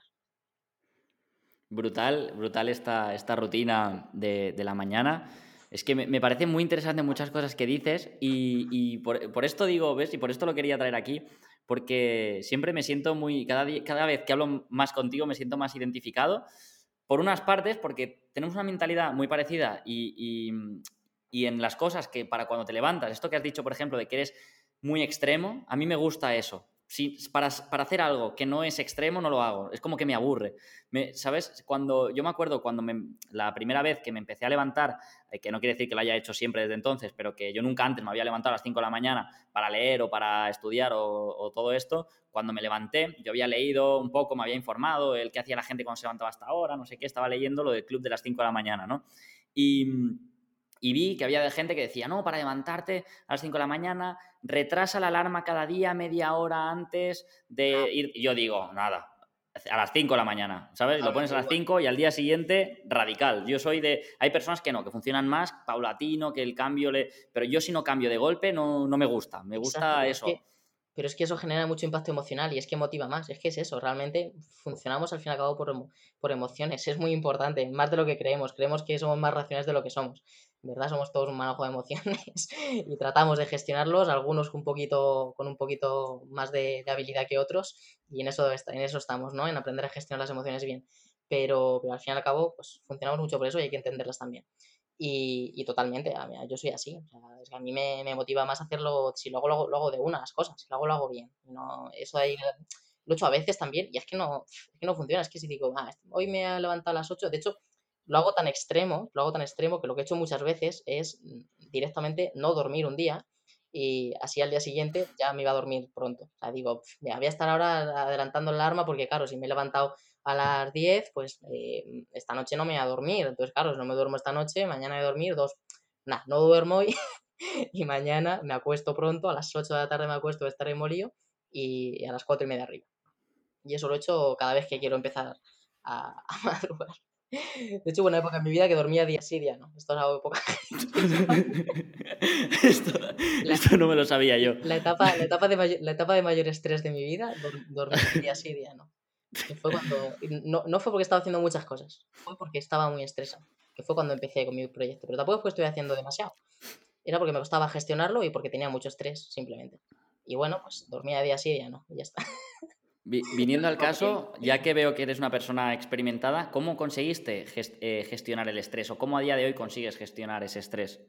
Brutal, brutal esta rutina de la mañana. Es que me parece muy interesante muchas cosas que dices y por esto digo, ¿ves? Y por esto lo quería traer aquí, porque siempre me siento cada vez que hablo más contigo me siento más identificado. Por unas partes, porque tenemos una mentalidad muy parecida y en las cosas que para cuando te levantas, esto que has dicho, por ejemplo, de que eres muy extremo, a mí me gusta eso. Si, para hacer algo que no es extremo, no lo hago. Es como que me aburre. ¿Sabes? Yo me acuerdo la primera vez que me empecé a levantar, que no quiere decir que lo haya hecho siempre desde entonces, pero que yo nunca antes me había levantado a las 5 de la mañana para leer o para estudiar o todo esto, cuando me levanté, yo había leído un poco, me había informado el qué hacía la gente cuando se levantaba hasta ahora, no sé qué, estaba leyendo lo del club de las 5 de la mañana, ¿no? Y, y vi que había gente que decía, no, para levantarte a las 5 de la mañana, retrasa la alarma cada día media hora antes de ir. Y yo digo, nada, a las 5 de la mañana, ¿sabes? Lo pones a las 5 y al día siguiente, radical. Yo soy hay personas que no, que funcionan más, paulatino, que el cambio Pero yo si no cambio de golpe no me gusta. Me Exacto, gusta eso. pero es que eso genera mucho impacto emocional y es que motiva más. Es que es eso, realmente funcionamos al fin y al cabo por emociones. Es muy importante, más de lo que creemos. Creemos que somos más racionales de lo que somos. En verdad somos todos un manojo de emociones y tratamos de gestionarlos, algunos con un poquito más de habilidad que otros, y en eso estamos, ¿no? En aprender a gestionar las emociones bien. Pero al fin y al cabo, pues funcionamos mucho por eso y hay que entenderlas también. Y totalmente, yo soy así. O sea, es que a mí me motiva más hacerlo, si lo hago de una las cosas, si lo hago bien. No, eso ahí lo he hecho a veces también y es que no funciona. Es que si digo, hoy me he levantado a las 8, de hecho, lo hago tan extremo que lo que he hecho muchas veces es directamente no dormir un día y así al día siguiente ya me iba a dormir pronto. O sea, digo, mira, voy a estar ahora adelantando la alarma porque, claro, si me he levantado a las 10, pues esta noche no me voy a dormir. Entonces, claro, si no me duermo esta noche, mañana voy a dormir dos. Nada, no duermo y, y mañana me acuesto pronto, a las 8 de la tarde me acuesto, estaré molío y a las 4:30 arriba. Y eso lo he hecho cada vez que quiero empezar a madrugar. De hecho, hubo una época en mi vida que dormía día sí, día no. Esto es algo de poca gente. esto, La, esto no me lo sabía yo. la etapa de mayor estrés de mi vida, dormir día sí, día no. Que fue cuando. No fue porque estaba haciendo muchas cosas, fue porque estaba muy estresado. Que fue cuando empecé con mi proyecto. Pero tampoco es que estuve haciendo demasiado. Era porque me costaba gestionarlo y porque tenía mucho estrés, simplemente. Y bueno, pues dormía día sí, día no. Y ya está. Viniendo al Porque caso, ya que veo que eres una persona experimentada, ¿cómo conseguiste gestionar el estrés o cómo a día de hoy consigues gestionar ese estrés?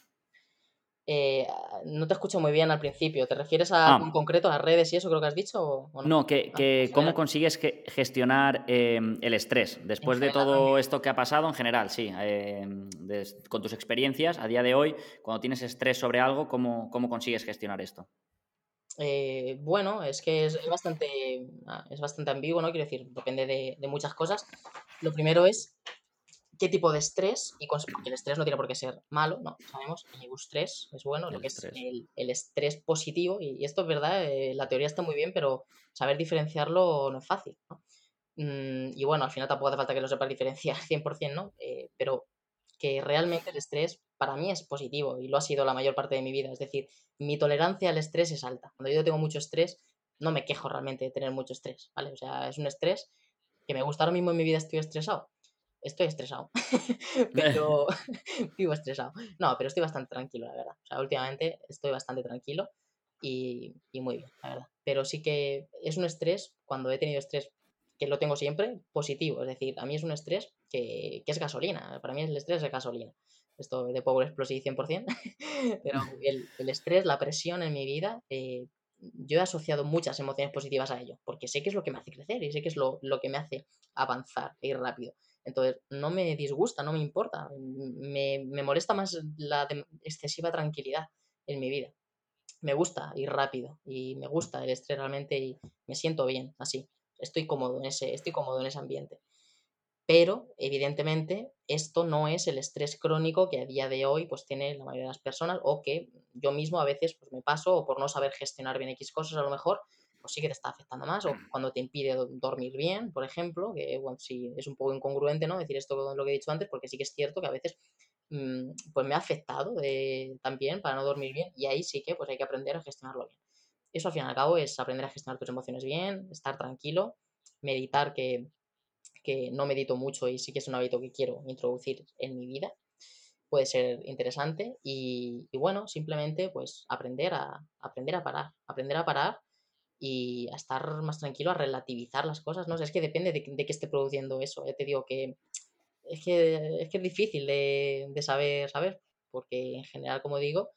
no te escucho muy bien al principio. ¿Te refieres a algo en concreto, a las redes y eso creo que has dicho o no? No, En ¿cómo general. consigues gestionar el estrés? En Después de general. todo esto que ha pasado, en general, sí. Con tus experiencias, a día de hoy, cuando tienes estrés sobre algo, ¿cómo consigues gestionar esto? Bueno, es que es bastante ambiguo, ¿no? Quiero decir, depende de muchas cosas. Lo primero es qué tipo de estrés, porque el estrés no tiene por qué ser malo, ¿no? Sabemos, el eustrés es bueno, lo El que es estrés. el estrés positivo, y esto es verdad, la teoría está muy bien, pero saber diferenciarlo no es fácil, ¿no? Y bueno, al final tampoco hace falta que lo sepas diferenciar 100%, ¿no? Pero que realmente el estrés para mí es positivo y lo ha sido la mayor parte de mi vida. Es decir, mi tolerancia al estrés es alta. Cuando yo tengo mucho estrés, no me quejo realmente de tener mucho estrés, ¿vale? O sea, es un estrés que me gusta. Ahora mismo en mi vida estoy estresado. Estoy estresado, pero vivo estresado. No, pero estoy bastante tranquilo, la verdad. O sea, últimamente estoy bastante tranquilo y muy bien, la verdad. Pero sí que es un estrés, cuando he tenido estrés, que lo tengo siempre, positivo. Es decir, a mí es un estrés que es gasolina. Para mí el estrés es gasolina. Esto de Power Explosive 100%. Pero el estrés, la presión en mi vida, yo he asociado muchas emociones positivas a ello, porque sé que es lo que me hace crecer y sé que es lo que me hace avanzar e ir rápido. Entonces, no me disgusta, no me importa. Me molesta más la excesiva tranquilidad en mi vida. Me gusta ir rápido y me gusta el estrés realmente y me siento bien así. Estoy cómodo en ese ambiente. Pero, evidentemente, esto no es el estrés crónico que a día de hoy pues tiene la mayoría de las personas, o que yo mismo a veces pues me paso, o por no saber gestionar bien X cosas a lo mejor, pues sí que te está afectando más, o cuando te impide dormir bien, por ejemplo, que bueno, sí es un poco incongruente, ¿no? Decir esto lo que he dicho antes, porque sí que es cierto que a veces pues me ha afectado también para no dormir bien, y ahí sí que pues hay que aprender a gestionarlo bien. Eso al fin y al cabo es aprender a gestionar tus emociones bien, estar tranquilo, meditar, que no medito mucho y sí que es un hábito que quiero introducir en mi vida, puede ser interesante. Y bueno, simplemente pues aprender a parar y a estar más tranquilo, a relativizar las cosas, ¿no? O sea, es que depende de qué esté produciendo eso. Ya te digo que es difícil de saber, ¿sabes? Porque en general, como digo,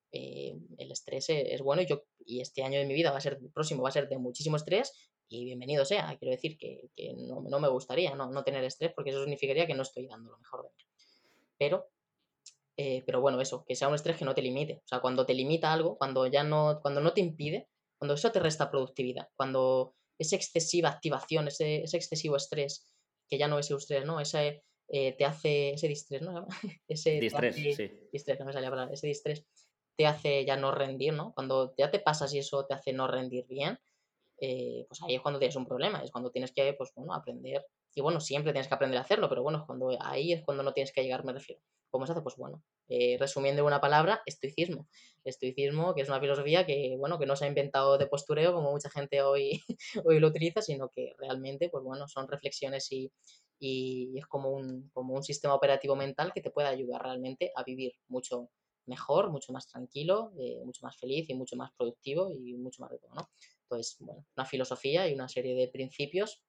el estrés es bueno, y este año de mi vida el próximo va a ser de muchísimo estrés, y bienvenido sea. Quiero decir que no me gustaría no tener estrés, porque eso significaría que no estoy dando lo mejor de mí. Pero, pero bueno, eso, que sea un estrés que no te limite. O sea, cuando te limita algo, cuando no te impide, cuando eso te resta productividad, cuando esa excesiva activación, ese excesivo estrés, que ya no es eustrés, ¿no? Te hace, ese distrés, ¿no? Ese te Distrés, hace, sí. distrés, no me salía la palabra, ese distrés te hace ya no rendir, ¿no? Cuando ya te pasas y eso te hace no rendir bien, pues ahí es cuando tienes un problema, es cuando tienes que, pues bueno, aprender. Y bueno, siempre tienes que aprender a hacerlo, pero bueno, ahí es cuando no tienes que llegar, me refiero. ¿Cómo se hace? Pues bueno, resumiendo en una palabra, estoicismo. Estoicismo, que es una filosofía que, bueno, que no se ha inventado de postureo, como mucha gente hoy, hoy lo utiliza, sino que realmente, pues bueno, son reflexiones, y es como un sistema operativo mental que te puede ayudar realmente a vivir mucho mejor, mucho más tranquilo, mucho más feliz y mucho más productivo y mucho más de todo, ¿no? Entonces, bueno, una filosofía y una serie de principios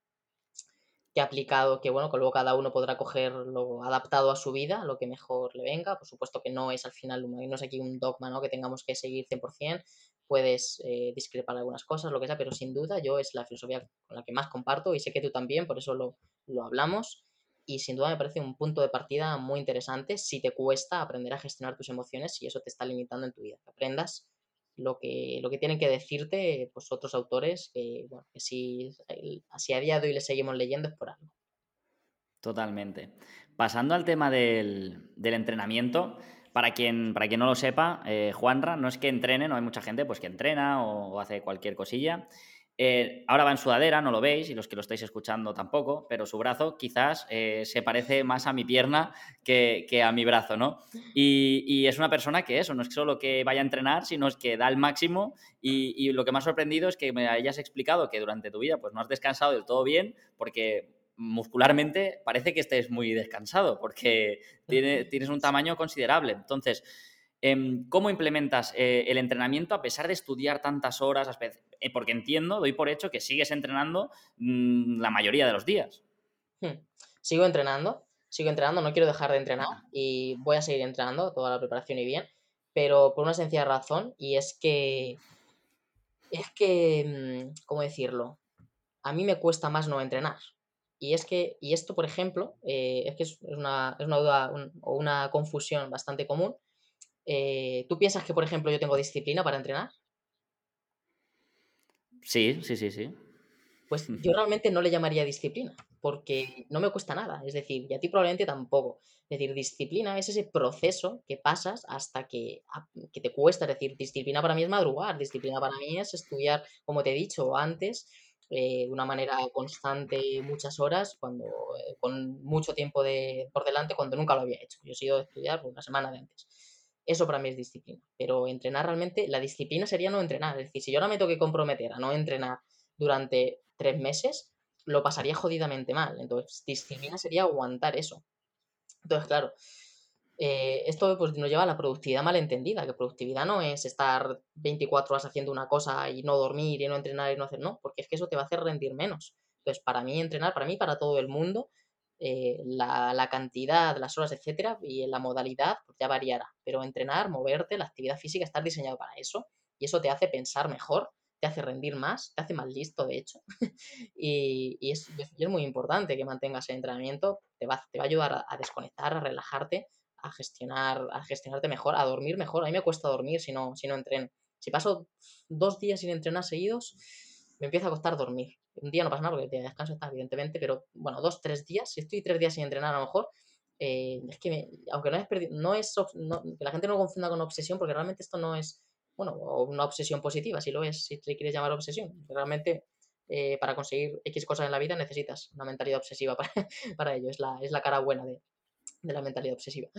que aplicado, que bueno, que luego cada uno podrá cogerlo adaptado a su vida, lo que mejor le venga. Por supuesto que no es al final, no es aquí un dogma, ¿no? Que tengamos que seguir 100%, puedes discrepar algunas cosas, lo que sea, pero sin duda yo es la filosofía con la que más comparto, y sé que tú también, por eso lo hablamos. Y sin duda me parece un punto de partida muy interesante si te cuesta aprender a gestionar tus emociones y eso te está limitando en tu vida. Que aprendas lo que tienen que decirte pues otros autores, que, bueno, que si a día de hoy le seguimos leyendo es por algo. Totalmente. Pasando al tema del entrenamiento, para quien no lo sepa, Juanra no es que entrene, no hay mucha gente pues que entrena o hace cualquier cosilla. Ahora va en sudadera, no lo veis, y los que lo estáis escuchando tampoco, pero su brazo quizás se parece más a mi pierna que a mi brazo, ¿no? Y es una persona que eso, no es solo que vaya a entrenar, sino es que da el máximo, y lo que me ha sorprendido es que me hayas explicado que durante tu vida pues no has descansado del todo bien, porque muscularmente parece que estés muy descansado, porque tienes un tamaño considerable. Entonces, ¿cómo implementas el entrenamiento a pesar de estudiar tantas horas? Porque entiendo, doy por hecho que sigues entrenando la mayoría de los días. Hmm. Sigo entrenando, no quiero dejar de entrenar y voy a seguir entrenando toda la preparación y bien, pero por una sencilla razón, y ¿cómo decirlo? A mí me cuesta más no entrenar. Y esto, por ejemplo, es que es una duda, o una confusión bastante común. ¿Tú piensas que, por ejemplo, yo tengo disciplina para entrenar? Sí, sí, sí, sí. Pues yo realmente no le llamaría disciplina. porque no me cuesta nada, es decir, y a ti probablemente tampoco. Es decir, disciplina es ese proceso que pasas hasta que te cuesta. Es decir, disciplina para mí es madrugar, disciplina para mí es estudiar, como te he dicho antes, de una manera constante, muchas horas, con mucho tiempo por delante, cuando nunca lo había hecho. Yo he sido de estudiar una semana de antes. Eso para mí es disciplina. Pero entrenar realmente, la disciplina sería no entrenar. Es decir, si yo ahora me tengo que comprometer a no entrenar durante 3 meses, lo pasaría jodidamente mal. Entonces, disciplina sería aguantar eso. Entonces, claro, esto pues, nos lleva a la productividad malentendida, que productividad no es estar 24 horas haciendo una cosa y no dormir y no entrenar y no hacer, no, porque es que eso te va a hacer rendir menos. Entonces, para mí entrenar, para mí, para todo el mundo, la cantidad, las horas, etcétera, y la modalidad pues ya variará. Pero entrenar, moverte, la actividad física, estar diseñado para eso, y eso te hace pensar mejor, te hace rendir más, te hace más listo, de hecho. Y es muy importante que mantengas el entrenamiento, te va a ayudar a desconectar, a relajarte, a gestionarte mejor, a dormir mejor. A mí me cuesta dormir si no entreno. Si paso 2 días sin entrenar seguidos, me empieza a costar dormir. Un día no pasa nada porque el día de descanso está, evidentemente, pero bueno, 2, 3 días, si estoy 3 días sin entrenar a lo mejor, es que aunque no es, que la gente no lo confunda con obsesión, porque realmente esto no es, bueno, una obsesión positiva, si lo es, si te quieres llamar obsesión. Realmente para conseguir X cosas en la vida necesitas una mentalidad obsesiva para ello, es la cara buena de la mentalidad obsesiva.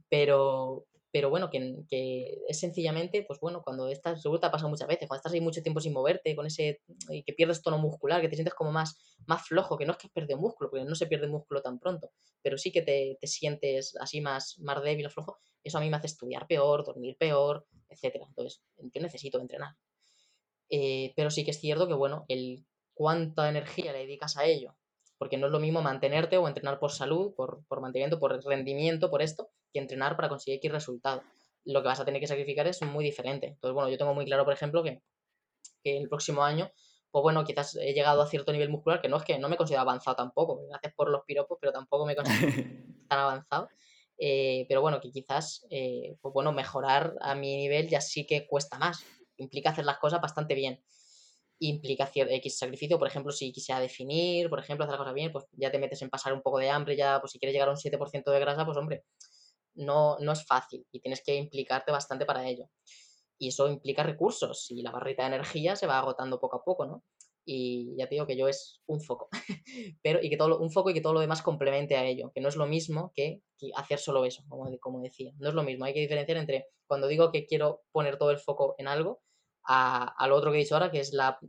Pero bueno, que es sencillamente, pues bueno, cuando estás, seguro te ha pasado muchas veces, cuando estás ahí mucho tiempo sin moverte, con ese, y que pierdes tono muscular, que te sientes como más flojo, que no es que has perdido músculo, porque no se pierde músculo tan pronto, pero sí que te sientes así más débil o flojo, eso a mí me hace estudiar peor, dormir peor, etcétera. Entonces, yo necesito entrenar. Pero sí que es cierto que, bueno, cuánta energía le dedicas a ello, porque no es lo mismo mantenerte o entrenar por salud, por mantenimiento, por rendimiento, por esto, que entrenar para conseguir X resultado. Lo que vas a tener que sacrificar es muy diferente. Entonces, bueno, yo tengo muy claro, por ejemplo, que el próximo año, pues bueno, quizás he llegado a cierto nivel muscular, que no es que no me considero avanzado tampoco, gracias por los piropos, pero tampoco me considero tan avanzado. Pero bueno, que quizás, pues bueno, mejorar a mi nivel ya sí que cuesta más. Implica hacer las cosas bastante bien. Implica X sacrificio, por ejemplo, si quisiera definir, por ejemplo, hacer las cosas bien, pues ya te metes en pasar un poco de hambre, ya, pues si quieres llegar a un 7% de grasa, pues hombre, no es fácil y tienes que implicarte bastante para ello. Y eso implica recursos y la barrita de energía se va agotando poco a poco, ¿no? Y ya te digo que yo es un foco, pero y que un foco y que todo lo demás complemente a ello, que no es lo mismo que hacer solo eso, como decía. No es lo mismo, hay que diferenciar entre cuando digo que quiero poner todo el foco en algo a lo otro que he dicho ahora, que es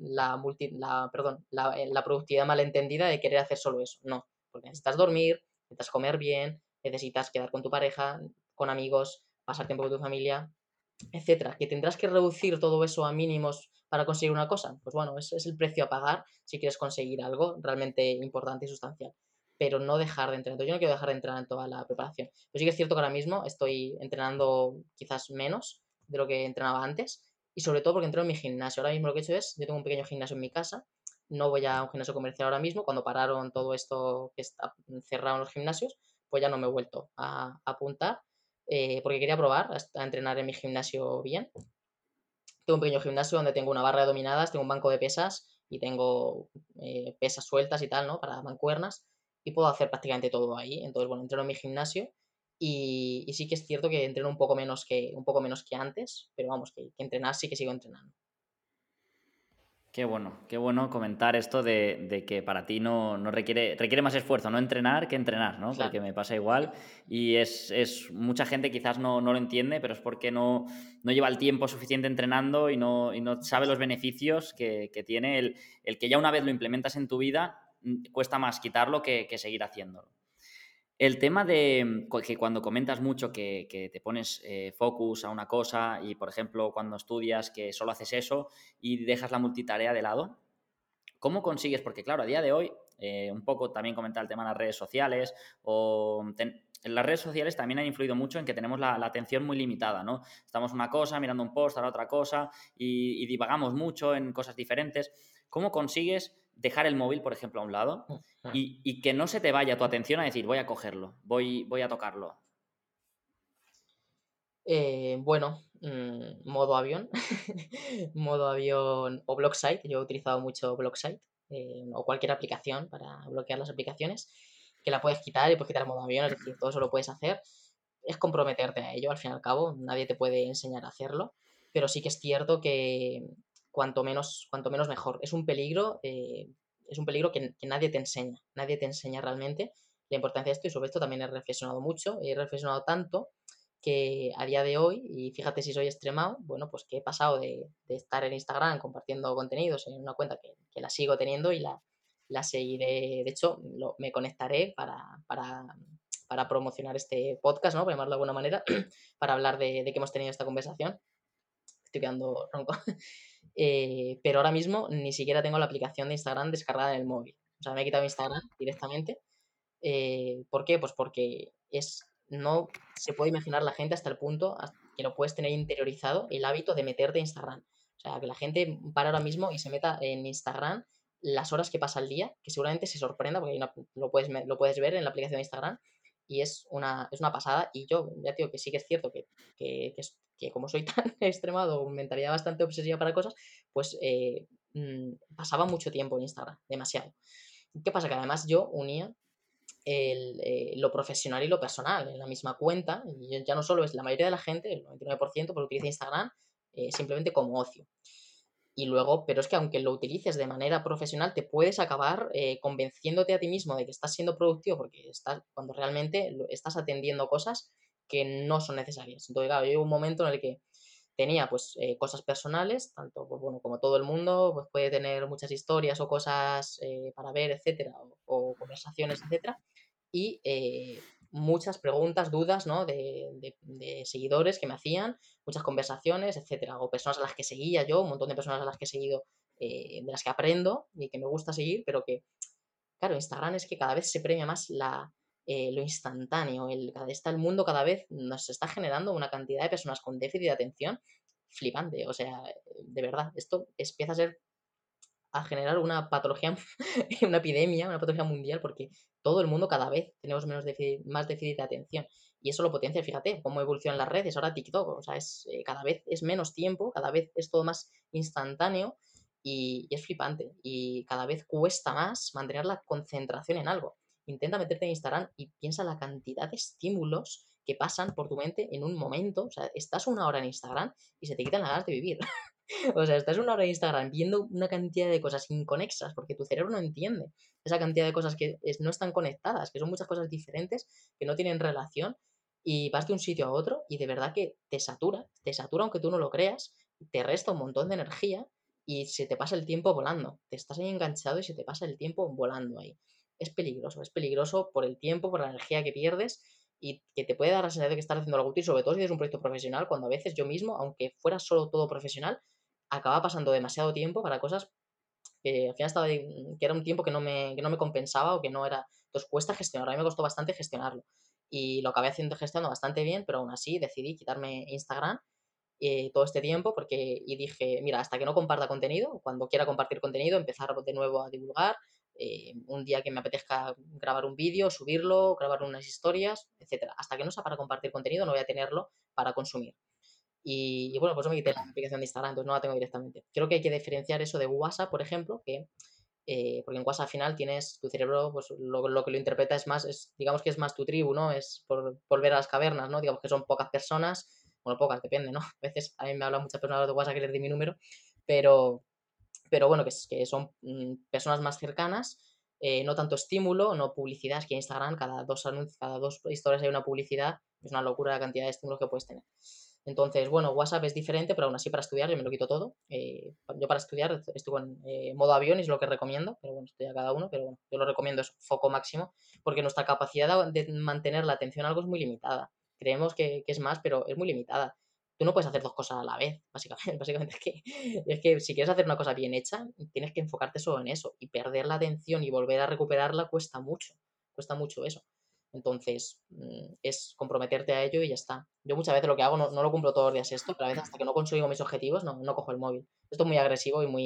la productividad malentendida de querer hacer solo eso. No, porque necesitas dormir, necesitas comer bien, necesitas quedar con tu pareja, con amigos, pasar tiempo con tu familia, etcétera, que tendrás que reducir todo eso a mínimos para conseguir una cosa, pues bueno, ese es el precio a pagar si quieres conseguir algo realmente importante y sustancial, pero no dejar de entrenar. Entonces, yo no quiero dejar de entrenar en toda la preparación. Pero sí que es cierto que ahora mismo estoy entrenando quizás menos de lo que entrenaba antes y sobre todo porque entreno en mi gimnasio. Ahora mismo lo que he hecho es, yo tengo un pequeño gimnasio en mi casa, no voy a un gimnasio comercial ahora mismo, cuando pararon todo esto que está cerrado en los gimnasios, pues ya no me he vuelto a apuntar porque quería probar a entrenar en mi gimnasio bien. Tengo un pequeño gimnasio donde tengo una barra de dominadas, tengo un banco de pesas y tengo pesas sueltas y tal, ¿no? Para mancuernas y puedo hacer prácticamente todo ahí. Entonces, bueno, entreno en mi gimnasio y sí que es cierto que entreno un poco menos que antes, pero vamos, que entrenar sí que sigo entrenando. Qué bueno comentar esto de que para ti no requiere más esfuerzo, no entrenar que entrenar, ¿no? Claro. Porque me pasa igual y es mucha gente quizás no lo entiende, pero es porque no lleva el tiempo suficiente entrenando y no sabe los beneficios que tiene el que ya una vez lo implementas en tu vida, cuesta más quitarlo que seguir haciéndolo. El tema de que cuando comentas mucho que te pones focus a una cosa y, por ejemplo, cuando estudias que solo haces eso y dejas la multitarea de lado, ¿cómo consigues? Porque, claro, a día de hoy, un poco también comentar el tema de las redes sociales, en las redes sociales también han influido mucho en que tenemos la atención muy limitada, ¿no? Estamos una cosa, mirando un post, ahora otra cosa, y divagamos mucho en cosas diferentes. ¿Cómo consigues dejar el móvil, por ejemplo, a un lado y que no se te vaya tu atención a decir, voy a cogerlo, voy a tocarlo? Bueno, modo avión, modo avión o Blocksite, yo he utilizado mucho Blocksite. o cualquier aplicación para bloquear las aplicaciones, que la puedes quitar y puedes quitar el modo avión, es decir, todo eso lo puedes hacer. Es comprometerte a ello, al fin y al cabo, nadie te puede enseñar a hacerlo, pero sí que es cierto que cuanto menos mejor. Es un peligro que nadie te enseña realmente la importancia de esto y sobre esto también he reflexionado mucho, he reflexionado tanto que a día de hoy, y fíjate si soy extremado, bueno, pues que he pasado de estar en Instagram compartiendo contenidos en una cuenta que la sigo teniendo y la seguiré, de hecho, me conectaré para promocionar este podcast, ¿no? Por llamarlo de alguna manera, para hablar de que hemos tenido esta conversación. Estoy quedando ronco. Pero ahora mismo ni siquiera tengo la aplicación de Instagram descargada en el móvil. O sea, me he quitado Instagram directamente. ¿Por qué? Pues porque no se puede imaginar la gente hasta el punto que lo puedes tener interiorizado el hábito de meterte en Instagram. O sea, que la gente para ahora mismo y se meta en Instagram las horas que pasa al día, que seguramente se sorprenda porque lo puedes ver en la aplicación de Instagram y es una pasada. Y yo, ya digo que sí que es cierto que como soy tan extremado, con mentalidad bastante obsesiva para cosas, pues pasaba mucho tiempo en Instagram, demasiado. ¿Qué pasa? Que además yo unía lo profesional y lo personal en la misma cuenta. Y ya no solo es la mayoría de la gente, el 99%, pues utiliza Instagram simplemente como ocio. Y luego, pero es que aunque lo utilices de manera profesional, te puedes acabar convenciéndote a ti mismo de que estás siendo productivo porque cuando realmente estás atendiendo cosas que no son necesarias. Entonces, claro, yo un momento en el que tenía pues cosas personales, tanto pues, bueno, como todo el mundo, pues puede tener muchas historias o cosas para ver, etcétera, o conversaciones, etcétera, y muchas preguntas, dudas, ¿no? De seguidores que me hacían, muchas conversaciones, etcétera, o personas a las que seguía yo, un montón de personas a las que he seguido, de las que aprendo y que me gusta seguir, pero que, claro, Instagram es que cada vez se premia más lo instantáneo, el mundo cada vez nos está generando una cantidad de personas con déficit de atención flipante, o sea, de verdad, esto empieza a generar una patología, una epidemia, una patología mundial, porque todo el mundo cada vez tenemos más déficit de atención. Y eso lo potencia, fíjate, cómo evolucionan las redes. Ahora TikTok, o sea, cada vez es menos tiempo, cada vez es todo más instantáneo y es flipante. Y cada vez cuesta más mantener la concentración en algo. Intenta meterte en Instagram y piensa la cantidad de estímulos que pasan por tu mente en un momento. O sea, estás una hora en Instagram y se te quitan las ganas de vivir. O sea, estás una hora en Instagram viendo una cantidad de cosas inconexas porque tu cerebro no entiende esa cantidad de cosas que no están conectadas, que son muchas cosas diferentes, que no tienen relación y vas de un sitio a otro y de verdad que te satura aunque tú no lo creas, te resta un montón de energía y se te pasa el tiempo volando. Te estás ahí enganchado y se te pasa el tiempo volando ahí. Es peligroso por el tiempo, por la energía que pierdes y que te puede dar la sensación de que estás haciendo algo útil, sobre todo si es un proyecto profesional, cuando a veces yo mismo, aunque fuera solo todo profesional, acababa pasando demasiado tiempo para cosas que al final que era un tiempo que no me compensaba o que no era. Entonces cuesta gestionarlo. A mí me costó bastante gestionarlo. Y lo acabé haciendo gestionando bastante bien, pero aún así decidí quitarme Instagram todo este tiempo y dije, mira, hasta que no comparta contenido, cuando quiera compartir contenido, empezar de nuevo a divulgar. Un día que me apetezca grabar un vídeo, subirlo, grabar unas historias, etcétera. Hasta que no sea para compartir contenido, no voy a tenerlo para consumir. Y bueno, pues yo me quité la aplicación de Instagram, entonces no la tengo directamente. Creo que hay que diferenciar eso de WhatsApp, por ejemplo, porque en WhatsApp al final tienes tu cerebro, pues lo que lo interpreta digamos que es más tu tribu, ¿no? Es por volver a las cavernas, ¿no? Digamos que son pocas personas, bueno, pocas, depende, ¿no? A veces a mí me hablan muchas personas de WhatsApp que les di mi número, pero, pero bueno, que son personas más cercanas, no tanto estímulo, no publicidad, es que Instagram cada dos historias hay una publicidad, es una locura la cantidad de estímulos que puedes tener. Entonces, bueno, WhatsApp es diferente, pero aún así para estudiar yo me lo quito todo. Yo para estudiar estoy con modo avión y es lo que recomiendo, pero bueno, estoy a cada uno, pero bueno, yo lo recomiendo es foco máximo, porque nuestra capacidad de mantener la atención a algo es muy limitada. Creemos que es más, pero es muy limitada. Tú no puedes hacer dos cosas a la vez, básicamente. Básicamente es que si quieres hacer una cosa bien hecha, tienes que enfocarte solo en eso. Y perder la atención y volver a recuperarla cuesta mucho eso. Entonces, es comprometerte a ello y ya está. Yo muchas veces lo que hago, no lo cumplo todos los días esto, pero a veces hasta que no consigo mis objetivos, no cojo el móvil. Esto es muy agresivo y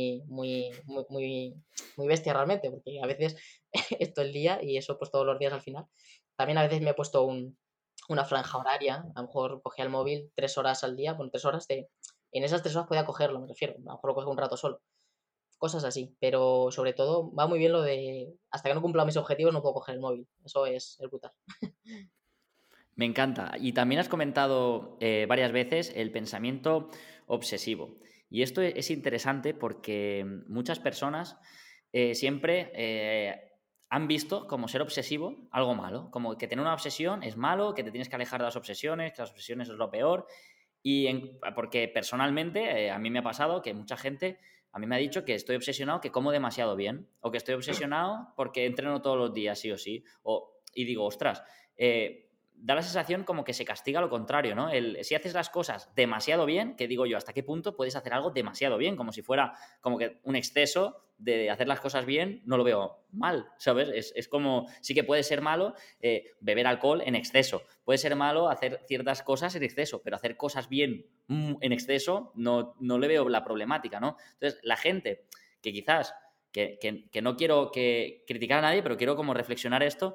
muy bestia realmente, porque a veces esto el día y eso pues todos los días al final. También a veces me he puesto una franja horaria, a lo mejor cogía el móvil 3 horas al día, bueno, 3 horas en esas 3 horas podía cogerlo, me refiero, a lo mejor lo cojo un rato solo cosas así, pero sobre todo va muy bien lo de hasta que no cumpla mis objetivos no puedo coger el móvil, eso es brutal. Me encanta. Y también has comentado varias veces el pensamiento obsesivo. Y esto es interesante porque muchas personas siempre han visto como ser obsesivo algo malo, como que tener una obsesión es malo, que te tienes que alejar de las obsesiones, que las obsesiones es lo peor. Porque personalmente a mí me ha pasado que mucha gente a mí me ha dicho que estoy obsesionado que como demasiado bien o que estoy obsesionado porque entreno todos los días sí o sí. Y digo, ostras, da la sensación como que se castiga lo contrario, ¿no? Si haces las cosas demasiado bien, que digo yo, ¿hasta qué punto puedes hacer algo demasiado bien? Como si fuera como que un exceso de hacer las cosas bien, no lo veo mal, ¿sabes? Es como, sí que puede ser malo beber alcohol en exceso, puede ser malo hacer ciertas cosas en exceso, pero hacer cosas bien en exceso no le veo la problemática, ¿no? Entonces, la gente que quizás, que no quiero criticar a nadie, pero quiero como reflexionar esto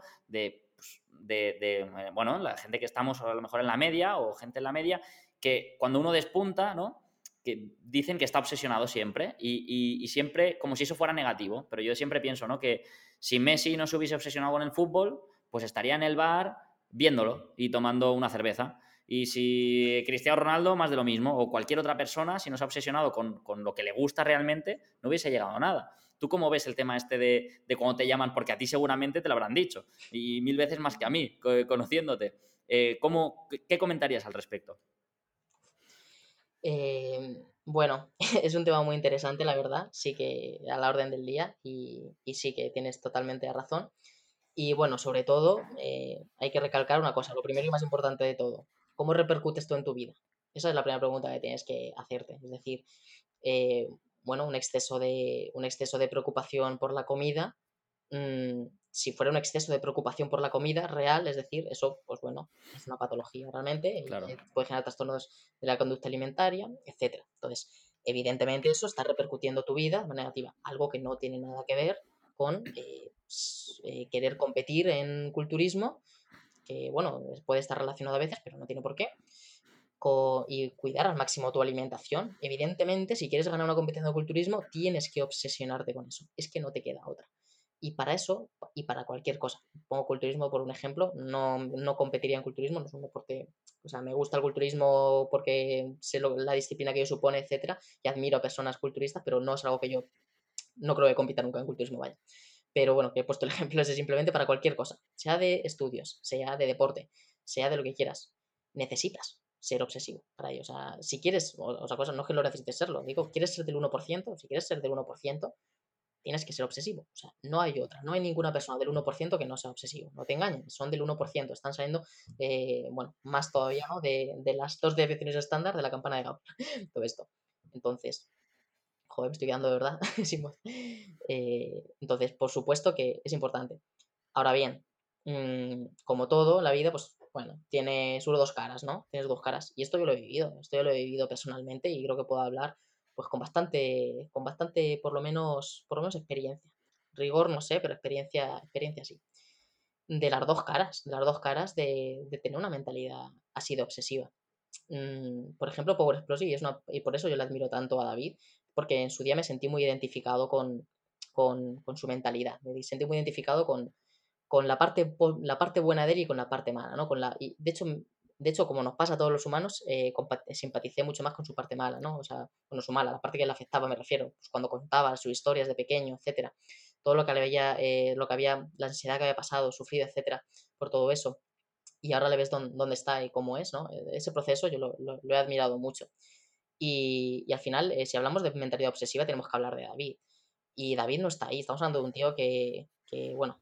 bueno, la gente que estamos a lo mejor en la media o gente en la media, que cuando uno despunta, ¿no? Que dicen que está obsesionado siempre y siempre como si eso fuera negativo, pero yo siempre pienso, ¿no? Que si Messi no se hubiese obsesionado con el fútbol, pues estaría en el bar viéndolo y tomando una cerveza. Y si Cristiano Ronaldo, más de lo mismo, o cualquier otra persona, si no se ha obsesionado con lo que le gusta realmente, no hubiese llegado a nada. ¿Tú cómo ves el tema este de cuando te llaman? Porque a ti seguramente te lo habrán dicho, y 1000 veces más que a mí, conociéndote. ¿Qué comentarías al respecto? Bueno, es un tema muy interesante, la verdad, sí que a la orden del día y sí que tienes totalmente razón. Y bueno, sobre todo, hay que recalcar una cosa, lo primero y más importante de todo, ¿cómo repercute esto en tu vida? Esa es la primera pregunta que tienes que hacerte. Es decir, eh, bueno, un exceso de preocupación por la comida, si fuera un exceso de preocupación por la comida real, es decir, eso, pues bueno, es una patología realmente y Claro. puede generar trastornos de la conducta alimentaria, etcétera. Entonces, evidentemente eso está repercutiendo tu vida de manera negativa, algo que no tiene nada que ver con querer competir en culturismo, que bueno, puede estar relacionado a veces, pero no tiene por qué, y cuidar al máximo tu alimentación. Evidentemente, si quieres ganar una competición de culturismo, tienes que obsesionarte con eso. Es que no te queda otra. Y para eso, y para cualquier cosa, pongo culturismo por un ejemplo, no competiría en culturismo, no es un deporte, o sea, me gusta el culturismo porque sé la disciplina que ello supone, etcétera, y admiro a personas culturistas, pero no es algo que yo no creo que compita nunca en culturismo, vaya. Pero bueno, que he puesto el ejemplo ese simplemente para cualquier cosa, sea de estudios, sea de deporte, sea de lo que quieras. Necesitas ser obsesivo para ello. O sea, si quieres, o sea, cosa, no es que lo necesites serlo, digo, quieres ser del 1%, si quieres ser del 1%, tienes que ser obsesivo. O sea, no hay otra, no hay ninguna persona del 1% que no sea obsesivo. No te engañen, son del 1%, están saliendo, bueno, más todavía, ¿no? De las dos definiciones estándar de la campana de Gauss, todo esto. Entonces, joder, me estoy quedando de verdad sin voz. Entonces, por supuesto que es importante. Ahora bien, como todo, la vida, pues bueno, tiene sus dos caras, ¿no? Tienes dos caras. Y esto yo lo he vivido, esto yo lo he vivido personalmente y creo que puedo hablar pues con bastante, por lo menos experiencia. Rigor no sé, pero experiencia sí. De las dos caras de tener una mentalidad así de obsesiva. Por ejemplo, Power Explosive, y por eso yo le admiro tanto a David, porque en su día me sentí muy identificado con su mentalidad, me sentí muy identificado con la parte buena de él y con la parte mala, ¿no? Y de hecho, como nos pasa a todos los humanos, simpaticé mucho más con su parte mala, ¿no? O sea, con su mala, la parte que le afectaba, me refiero, pues cuando contaba sus historias de pequeño, etcétera, todo lo que había, la ansiedad que había pasado, sufrido, etcétera, por todo eso y ahora le ves dónde está y cómo es, ¿no? Ese proceso yo lo he admirado mucho. Y al final, si hablamos de mentalidad obsesiva, tenemos que hablar de David. Y David no está ahí, estamos hablando de un tío bueno,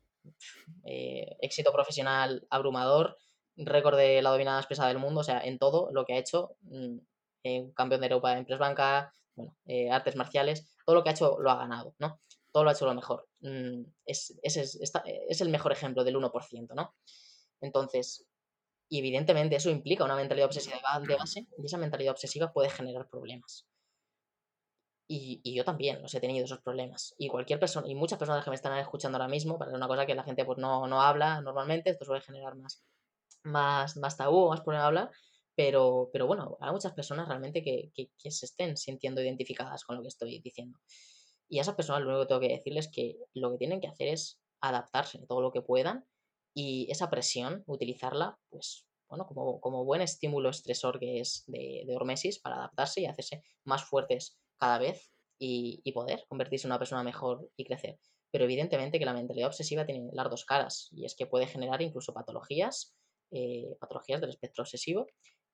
éxito profesional abrumador, récord de la dominada más pesada del mundo, o sea, en todo lo que ha hecho, campeón de Europa en press banca, bueno, artes marciales, todo lo que ha hecho lo ha ganado, ¿no? Todo lo ha hecho lo mejor. Es el mejor ejemplo del 1%, ¿no? Entonces, y evidentemente eso implica una mentalidad obsesiva de base y esa mentalidad obsesiva puede generar problemas. Y yo también los he tenido esos problemas. Y cualquier persona, y muchas personas que me están escuchando ahora mismo, para una cosa que la gente pues no habla normalmente, esto suele generar más tabú, más problema de hablar, pero bueno, hay muchas personas realmente que se estén sintiendo identificadas con lo que estoy diciendo. Y a esas personas lo único que tengo que decirles es que lo que tienen que hacer es adaptarse todo lo que puedan y esa presión, utilizarla, pues, bueno, como buen estímulo estresor que es de hormesis para adaptarse y hacerse más fuertes cada vez y poder convertirse en una persona mejor y crecer. Pero evidentemente que la mentalidad obsesiva tiene las dos caras y es que puede generar incluso patologías del espectro obsesivo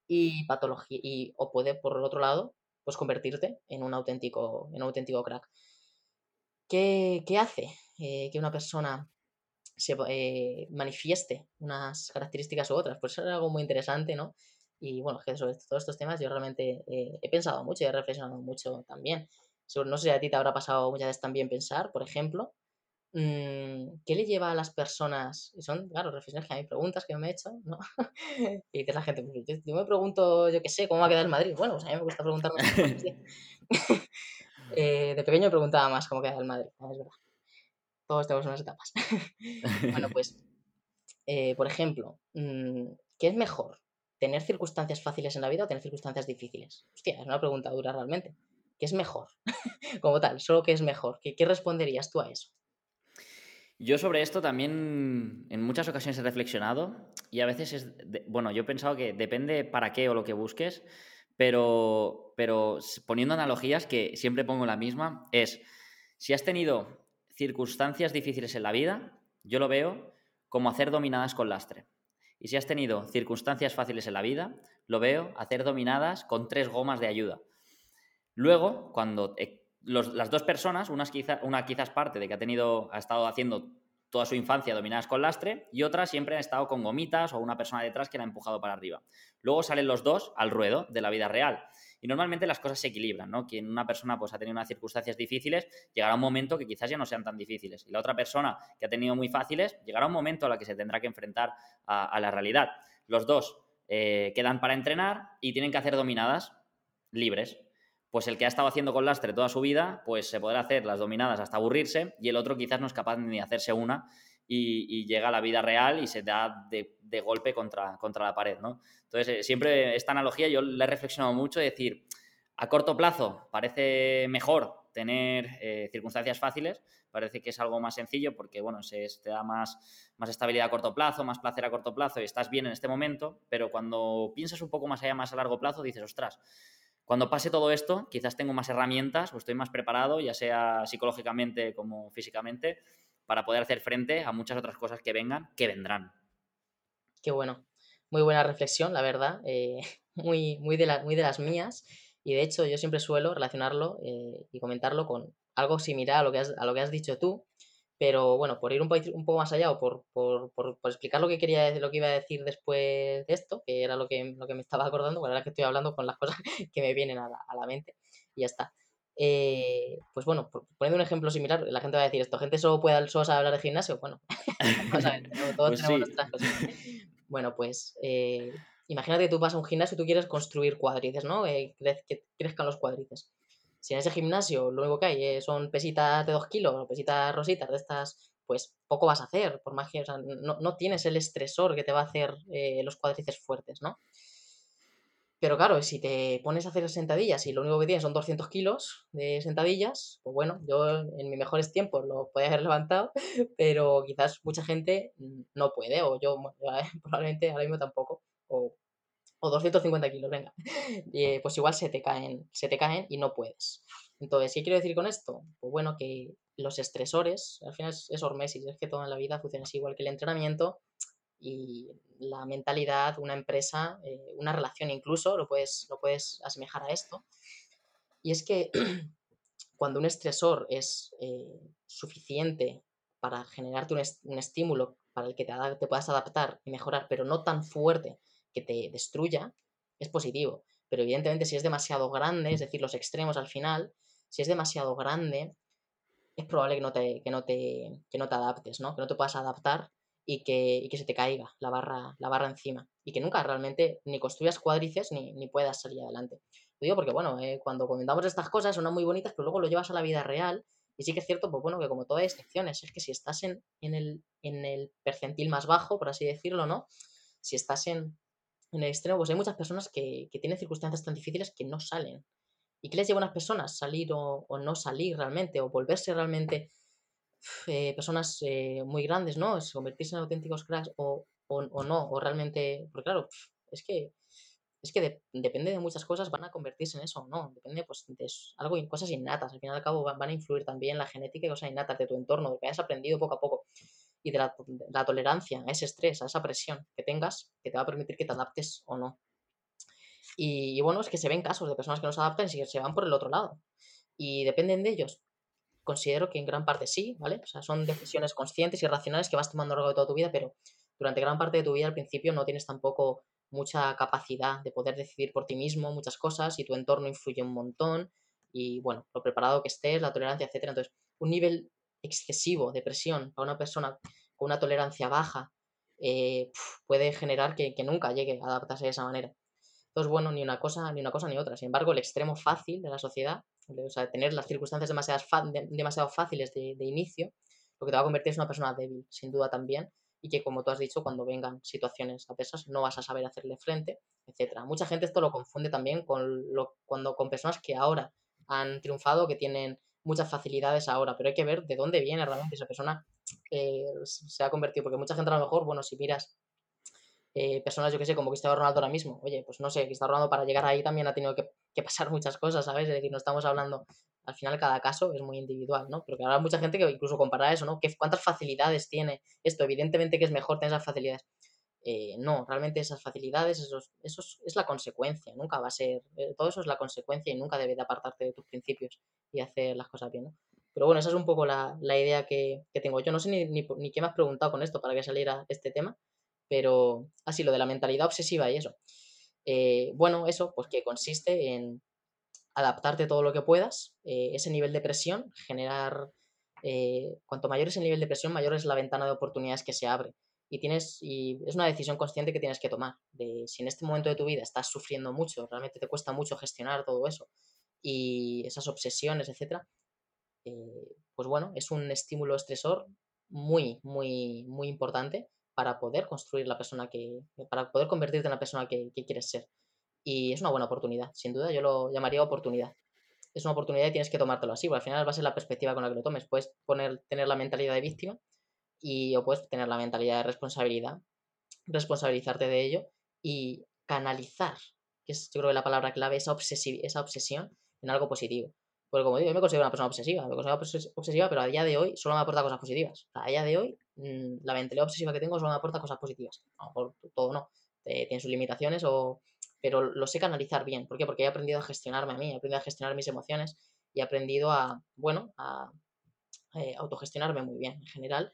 o puede, por el otro lado, pues convertirte en un auténtico crack. ¿Qué hace que una persona manifieste unas características u otras? Pues es algo muy interesante, ¿no? Y bueno, es que sobre todos estos temas yo realmente he pensado mucho y he reflexionado mucho también. No sé si a ti te habrá pasado muchas veces también pensar, por ejemplo, ¿qué le lleva a las personas? Y son, claro, reflexiones que a mí preguntas que yo me he hecho, ¿no? Y dice la gente, pues, yo me pregunto, yo qué sé, ¿cómo va a quedar el Madrid? Bueno, pues a mí me gusta preguntarme estas cosas, sí. De pequeño me preguntaba más cómo queda el Madrid, es verdad. Todos tenemos unas etapas. Bueno, pues, por ejemplo, ¿qué es mejor? ¿Tener circunstancias fáciles en la vida o tener circunstancias difíciles? Hostia, es una pregunta dura realmente. ¿Qué es mejor? Como tal, solo qué es mejor. ¿Qué responderías tú a eso? Yo sobre esto también en muchas ocasiones he reflexionado y a veces bueno, yo he pensado que depende para qué o lo que busques, pero poniendo analogías que siempre pongo la misma, es si has tenido circunstancias difíciles en la vida, yo lo veo como hacer dominadas con lastre. Y si has tenido circunstancias fáciles en la vida, lo veo hacer dominadas con 3 gomas de ayuda. Luego, cuando las dos personas, una quizás parte de que ha estado haciendo toda su infancia dominadas con lastre y otra siempre ha estado con gomitas o una persona detrás que la ha empujado para arriba. Luego salen los dos al ruedo de la vida real y normalmente las cosas se equilibran, ¿no? Que una persona pues, ha tenido unas circunstancias difíciles, llegará un momento que quizás ya no sean tan difíciles y la otra persona que ha tenido muy fáciles, llegará un momento a la que se tendrá que enfrentar a la realidad. Los dos quedan para entrenar y tienen que hacer dominadas libres. Pues el que ha estado haciendo con lastre toda su vida, pues se podrá hacer las dominadas hasta aburrirse y el otro quizás no es capaz ni de hacerse una y llega a la vida real y se da de golpe contra la pared, ¿no? Entonces, siempre esta analogía yo la he reflexionado mucho, de decir, a corto plazo parece mejor tener circunstancias fáciles, parece que es algo más sencillo porque, bueno, te da más estabilidad a corto plazo, más placer a corto plazo y estás bien en este momento, pero cuando piensas un poco más allá, más a largo plazo, dices, ostras, cuando pase todo esto, quizás tengo más herramientas o estoy más preparado, ya sea psicológicamente como físicamente, para poder hacer frente a muchas otras cosas que vengan, que vendrán. Qué bueno. Muy buena reflexión, la verdad. Muy de las mías. Y de hecho, yo siempre suelo relacionarlo y comentarlo con algo similar a lo que has dicho tú. Pero bueno, por ir un poco más allá o por explicar lo que iba a decir después de esto, que era lo que me estaba acordando, bueno, ahora que estoy hablando con las cosas que me vienen a la mente, y ya está. Pues bueno, poniendo un ejemplo similar, la gente va a decir esto, ¿gente solo sabe hablar de gimnasio? Bueno, vamos a ver, todos Pues tenemos sí. nuestras cositas. Bueno, pues imagínate que tú vas a un gimnasio y tú quieres construir cuádriceps, ¿no? Que crezcan los cuádriceps. Si en ese gimnasio lo único que hay son pesitas de 2 kilos o pesitas rositas de estas, pues poco vas a hacer, por más que, o sea, no tienes el estresor que te va a hacer los cuádriceps fuertes, ¿no? Pero claro, si te pones a hacer sentadillas y lo único que tienes son 200 kilos de sentadillas, pues bueno, yo en mis mejores tiempos lo podía haber levantado, pero quizás mucha gente no puede, o yo probablemente ahora mismo tampoco, o 250 kilos, venga, pues igual se te caen y no puedes. Entonces, ¿qué quiero decir con esto? Pues bueno, que los estresores, al final es hormesis, es que todo en la vida funciona así, igual que el entrenamiento y la mentalidad, una empresa, una relación incluso, lo puedes asemejar a esto. Y es que cuando un estresor es suficiente para generarte un estímulo para el que te puedas adaptar y mejorar, pero no tan fuerte que te destruya, es positivo. Pero evidentemente si es demasiado grande, es decir, los extremos al final, si es demasiado grande, es probable que no te adaptes, ¿no? Que no te puedas adaptar y que se te caiga la barra encima. Y que nunca realmente ni construyas cuádriceps ni puedas salir adelante. Lo digo porque, bueno, cuando comentamos estas cosas son muy bonitas, pero luego lo llevas a la vida real. Y sí que es cierto, pues bueno, que como todo hay excepciones, es que si estás en el percentil más bajo, por así decirlo, ¿no? Si estás en el extremo, pues hay muchas personas que tienen circunstancias tan difíciles que no salen. ¿Y qué les lleva a unas personas? Salir o no salir realmente, o volverse realmente personas muy grandes, ¿no? Es convertirse en auténticos cracks o no, o realmente, porque claro, depende de muchas cosas, van a convertirse en eso o no, depende pues de algo, cosas innatas, al fin y al cabo van a influir también la genética y cosas innatas de tu entorno, de lo que hayas aprendido poco a poco y de la tolerancia a ese estrés, a esa presión que tengas, que te va a permitir que te adaptes o no. Y bueno, es que se ven casos de personas que no se adaptan y se van por el otro lado. Y dependen de ellos. Considero que en gran parte sí, ¿vale? O sea, son decisiones conscientes y racionales que vas tomando a lo largo de toda tu vida, pero durante gran parte de tu vida al principio no tienes tampoco mucha capacidad de poder decidir por ti mismo muchas cosas y tu entorno influye un montón y bueno, lo preparado que estés, la tolerancia, etcétera. Entonces, un nivel excesivo de presión para una persona con una tolerancia baja puede generar que nunca llegue a adaptarse de esa manera. Entonces, bueno, ni una cosa ni otra. Sin embargo, el extremo fácil de la sociedad, o sea, tener las circunstancias demasiado fáciles de inicio, lo que te va a convertir es una persona débil, sin duda también, y que, como tú has dicho, cuando vengan situaciones adversas no vas a saber hacerle frente, etcétera. Mucha gente esto lo confunde también con personas que ahora han triunfado, que tienen muchas facilidades ahora, pero hay que ver de dónde viene realmente esa persona se ha convertido, porque mucha gente a lo mejor, bueno, si miras personas, yo que sé, como Cristiano Ronaldo ahora mismo. Oye, pues no sé, Cristiano Ronaldo para llegar ahí también ha tenido que pasar muchas cosas, ¿sabes? Es decir, no estamos hablando, al final cada caso es muy individual, ¿no? Pero que habrá mucha gente que incluso compara eso, ¿no? ¿Cuántas facilidades tiene esto? Evidentemente que es mejor tener esas facilidades. No, realmente esas facilidades, es la consecuencia, nunca va a ser, todo eso es la consecuencia y nunca debe de apartarte de tus principios y hacer las cosas bien, ¿no? Pero bueno, esa es un poco la idea que tengo. Yo no sé ni qué me has preguntado con esto para que saliera este tema, pero así lo de la mentalidad obsesiva y eso. Bueno, eso, pues que consiste en adaptarte todo lo que puedas, ese nivel de presión, generar, cuanto mayor es el nivel de presión, mayor es la ventana de oportunidades que se abre. Y es una decisión consciente que tienes que tomar, de si en este momento de tu vida estás sufriendo mucho, realmente te cuesta mucho gestionar todo eso y esas obsesiones, etcétera, pues bueno, es un estímulo estresor muy, muy, muy importante para poder construir la persona para poder convertirte en la persona que quieres ser. Y es una buena oportunidad, sin duda, yo lo llamaría oportunidad. Es una oportunidad y tienes que tomártelo así, porque al final va a ser la perspectiva con la que lo tomes. Puedes tener la mentalidad de víctima o puedes tener la mentalidad de responsabilidad, responsabilizarte de ello y canalizar, que es yo creo que la palabra clave, esa obsesión en algo positivo. Porque como digo, yo me considero una persona obsesiva, obsesiva, pero a día de hoy solo me aporta cosas positivas. O sea, a día de hoy, la mentalidad obsesiva que tengo solo me aporta cosas positivas. A lo mejor todo no, tiene sus limitaciones, pero lo sé canalizar bien. ¿Por qué? Porque he aprendido a gestionarme a mí, he aprendido a gestionar mis emociones y he aprendido a autogestionarme muy bien en general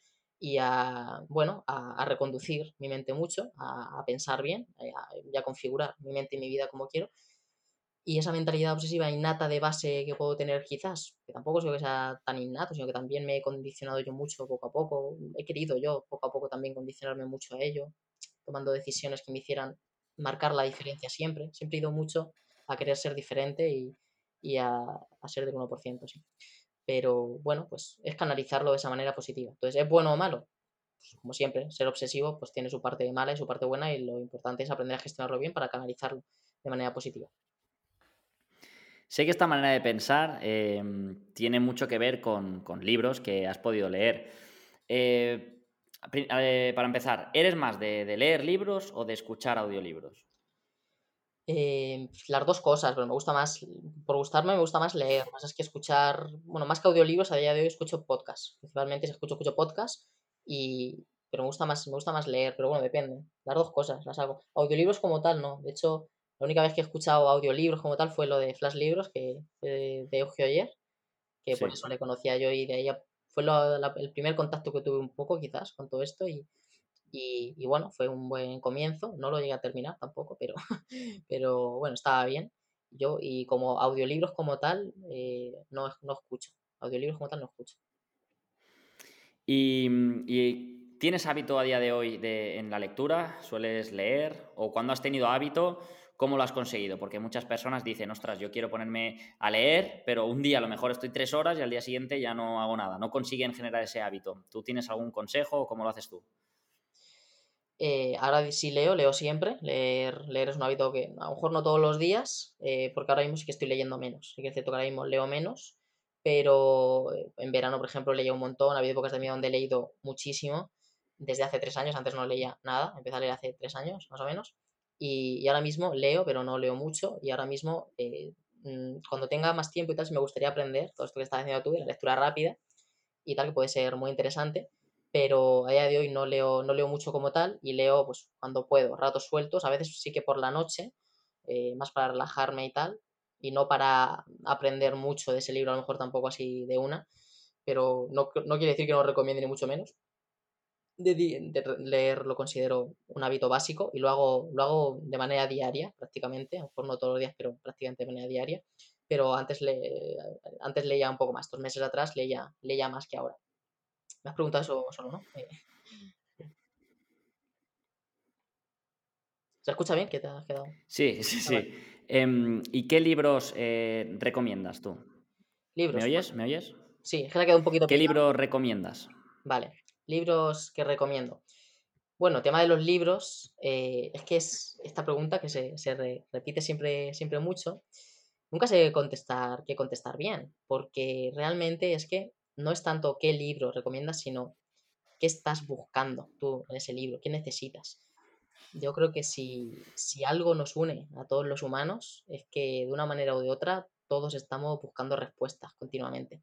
a reconducir mi mente mucho, a pensar bien y a configurar mi mente y mi vida como quiero. Y esa mentalidad obsesiva innata de base que puedo tener quizás, que tampoco creo que sea tan innato, sino que también me he condicionado yo mucho poco a poco, he querido yo poco a poco también condicionarme mucho a ello, tomando decisiones que me hicieran marcar la diferencia siempre. Siempre he ido mucho a querer ser diferente y a ser del 1%, sí. Pero bueno, pues es canalizarlo de esa manera positiva. Entonces, ¿es bueno o malo? Pues, como siempre, ser obsesivo pues tiene su parte mala y su parte buena y lo importante es aprender a gestionarlo bien para canalizarlo de manera positiva. Sé que esta manera de pensar tiene mucho que ver con libros que has podido leer. Para empezar, ¿eres más de leer libros o de escuchar audiolibros? Las dos cosas, pero por gustarme me gusta más leer, más es que escuchar, bueno, más que audiolibros, a día de hoy escucho podcast. Principalmente escucho podcast, pero me gusta más leer, pero bueno, depende. Las dos cosas las hago. Audiolibros como tal, no. De hecho, la única vez que he escuchado audiolibros como tal fue lo de Flash Libros, de Eugeo Oyer, que por Sí. eso le conocía yo y de ella fue el primer contacto que tuve un poco quizás con todo esto y bueno, fue un buen comienzo, no lo llegué a terminar tampoco, pero, pero bueno, estaba bien. Y como audiolibros como tal, no escucho. Audiolibros como tal no escucho. ¿Y tienes hábito a día de hoy en la lectura? ¿Sueles leer? ¿O cuando has tenido hábito, cómo lo has conseguido? Porque muchas personas dicen, ostras, yo quiero ponerme a leer, pero un día a lo mejor estoy 3 horas y al día siguiente ya no hago nada. No consiguen generar ese hábito. ¿Tú tienes algún consejo o cómo lo haces tú? Ahora sí leo siempre. Leer es un hábito que a lo mejor no todos los días, porque ahora mismo sí que estoy leyendo menos. Sí que es cierto que ahora mismo leo menos, pero en verano, por ejemplo, leía un montón. Ha habido épocas de mi vida donde he leído muchísimo. Desde hace 3 años, antes no leía nada. Empecé a leer hace 3 años, más o menos. Y ahora mismo leo, pero no leo mucho. Y ahora mismo, cuando tenga más tiempo y tal, sí me gustaría aprender todo esto que estás haciendo tú, de la lectura rápida y tal, que puede ser muy interesante, pero a día de hoy no leo mucho como tal y leo pues cuando puedo, ratos sueltos, a veces sí que por la noche, más para relajarme y tal, y no para aprender mucho de ese libro, a lo mejor tampoco así de una, pero no quiere decir que no lo recomiende ni mucho menos. Leer lo considero un hábito básico y lo hago de manera diaria, prácticamente, a lo mejor no todos los días, pero prácticamente de manera diaria. Pero antes leía un poco más, 2 meses atrás leía más que ahora. Me has preguntado eso solo, ¿no? ¿Se escucha bien? ¿Qué te has quedado? Sí, sí, Ah, vale. sí. ¿Y qué libros recomiendas tú? ¿Me Libros. oyes? ¿Me oyes? Sí, es que se ha quedado un poquito ¿Qué pillado. libro recomiendas? Vale. Libros que recomiendo. Bueno, tema de los libros, es que es esta pregunta que se repite siempre, siempre mucho. Nunca sé qué contestar bien, porque realmente es que no es tanto qué libro recomiendas, sino qué estás buscando tú en ese libro, qué necesitas. Yo creo que si algo nos une a todos los humanos, es que de una manera u de otra todos estamos buscando respuestas continuamente.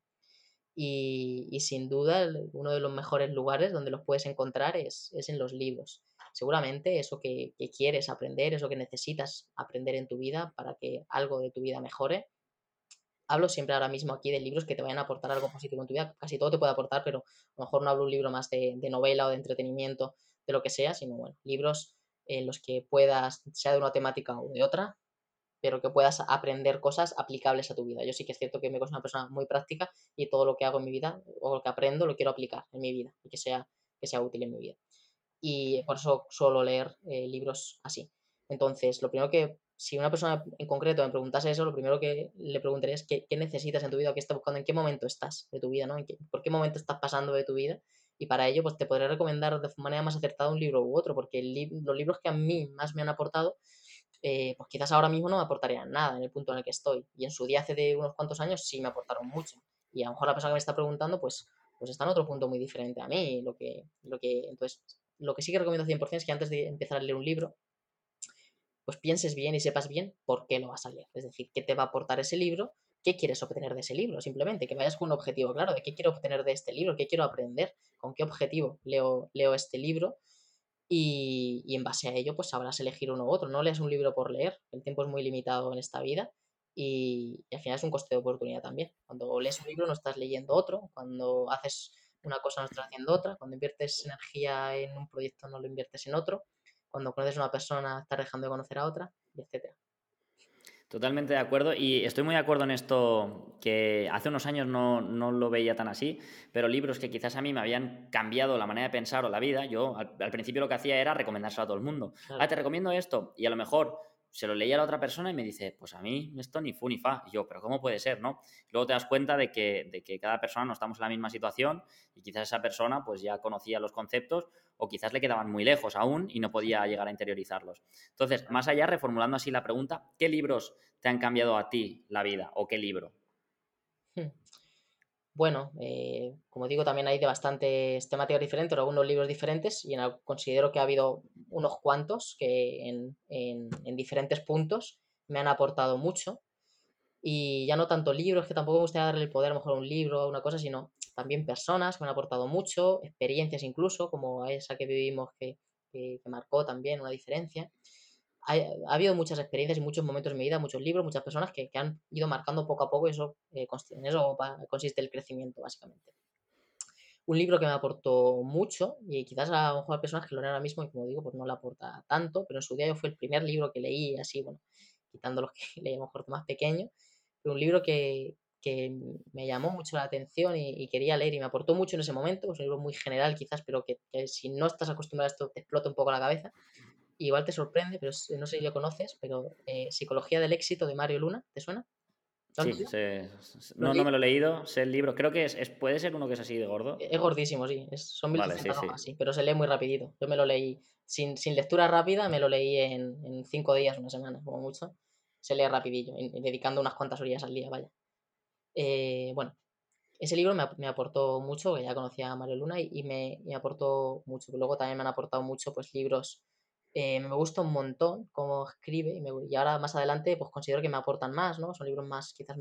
Y sin duda uno de los mejores lugares donde los puedes encontrar es en los libros. Seguramente eso que quieres aprender, eso que necesitas aprender en tu vida para que algo de tu vida mejore. Hablo siempre ahora mismo aquí de libros que te vayan a aportar algo positivo en tu vida. Casi todo te puede aportar, pero a lo mejor no hablo un libro más de novela o de entretenimiento, de lo que sea, sino bueno, libros en los que puedas, sea de una temática o de otra, pero que puedas aprender cosas aplicables a tu vida. Yo sí que es cierto que me considero una persona muy práctica y todo lo que hago en mi vida o lo que aprendo lo quiero aplicar en mi vida y que sea útil en mi vida. Y por eso suelo leer libros así. Entonces, lo primero que, si una persona en concreto me preguntase eso, lo primero que le preguntaría es qué necesitas en tu vida o qué estás buscando, en qué momento estás de tu vida, ¿no? Por qué momento estás pasando de tu vida. Y para ello, pues te podré recomendar de manera más acertada un libro u otro, porque los libros que a mí más me han aportado, pues quizás ahora mismo no me aportarían nada en el punto en el que estoy. Y en su día, hace de unos cuantos años, sí me aportaron mucho. Y a lo mejor la persona que me está preguntando, pues está en otro punto muy diferente a mí. Entonces, lo que sí que recomiendo 100% es que antes de empezar a leer un libro, pues pienses bien y sepas bien por qué lo vas a leer. Es decir, qué te va a aportar ese libro, qué quieres obtener de ese libro, simplemente, que vayas con un objetivo claro de qué quiero obtener de este libro, qué quiero aprender, con qué objetivo leo este libro y en base a ello pues sabrás elegir uno u otro. No leas un libro por leer, el tiempo es muy limitado en esta vida y al final es un coste de oportunidad también. Cuando lees un libro no estás leyendo otro, cuando haces una cosa no estás haciendo otra, cuando inviertes energía en un proyecto no lo inviertes en otro, cuando conoces a una persona estás dejando de conocer a otra, y etcétera. Totalmente de acuerdo y estoy muy de acuerdo en esto que hace unos años no lo veía tan así, pero libros que quizás a mí me habían cambiado la manera de pensar o la vida, yo al principio lo que hacía era recomendárselo a todo el mundo. Claro. Te recomiendo esto y a lo mejor se lo leía a la otra persona y me dice, pues a mí esto ni fu ni fa. Y yo, pero ¿cómo puede ser, no? Y luego te das cuenta de que cada persona no estamos en la misma situación y quizás esa persona pues ya conocía los conceptos o quizás le quedaban muy lejos aún y no podía llegar a interiorizarlos. Entonces, más allá, reformulando así la pregunta, ¿qué libros te han cambiado a ti la vida o qué libro? Hmm. Bueno, como digo, también hay de bastantes temáticas diferentes, algunos libros diferentes, y considero que ha habido unos cuantos que en diferentes puntos me han aportado mucho. Y ya no tanto libros, que tampoco me gustaría darle el poder a lo mejor a un libro o una cosa, sino también personas que me han aportado mucho, experiencias incluso, como esa que vivimos que marcó también una diferencia. Ha habido muchas experiencias y muchos momentos en mi vida, muchos libros, muchas personas que han ido marcando poco a poco y en eso consiste el crecimiento, básicamente. Un libro que me aportó mucho y quizás a lo mejor hay personas que lo leen ahora mismo y como digo, pues no le aporta tanto, pero en su día yo fue el primer libro que leí así, bueno, quitando los que leí a lo mejor más pequeño, pero un libro que me llamó mucho la atención y quería leer y me aportó mucho en ese momento. Es un libro muy general quizás, pero que si no estás acostumbrado a esto te explota un poco la cabeza. Igual te sorprende, pero no sé si lo conoces, pero Psicología del éxito de Mario Luna, ¿te suena? ¿Lo has Sí, leído? ¿Lo has no leído? me lo he leído, sé el libro. Creo que puede ser uno que es así de gordo. Es gordísimo, sí. Son mil Vale, sí, doscientas sí. hojas, sí, pero se lee muy rapidito. Yo me lo leí sin lectura rápida, me lo leí en 5 días, una semana, como mucho. Se lee rapidillo, dedicando unas cuantas horas al día, vaya. Bueno, ese libro me aportó mucho, que ya conocía a Mario Luna y me aportó mucho. Luego también me han aportado mucho pues libros. Me gusta un montón cómo escribe y ahora más adelante pues considero que me aportan más, ¿no? Son libros más, quizás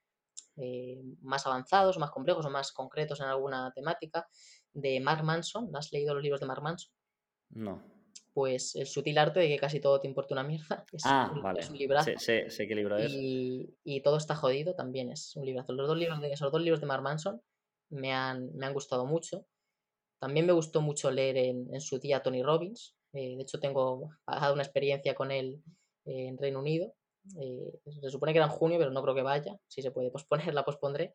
más avanzados, más complejos o más concretos en alguna temática. De Mark Manson, ¿has leído los libros de Mark Manson? No. Pues El sutil arte de que casi todo te importa una mierda, Ah, es vale. un Sé, librazo. sé, sé qué libro es. Y Todo está jodido también es un librazo. Esos dos libros de Mark Manson me han gustado mucho. También me gustó mucho leer en su día Tony Robbins. De hecho, tengo pagado una experiencia con él en Reino Unido. Se supone que era en junio, pero no creo que vaya. Si se puede posponer, la pospondré.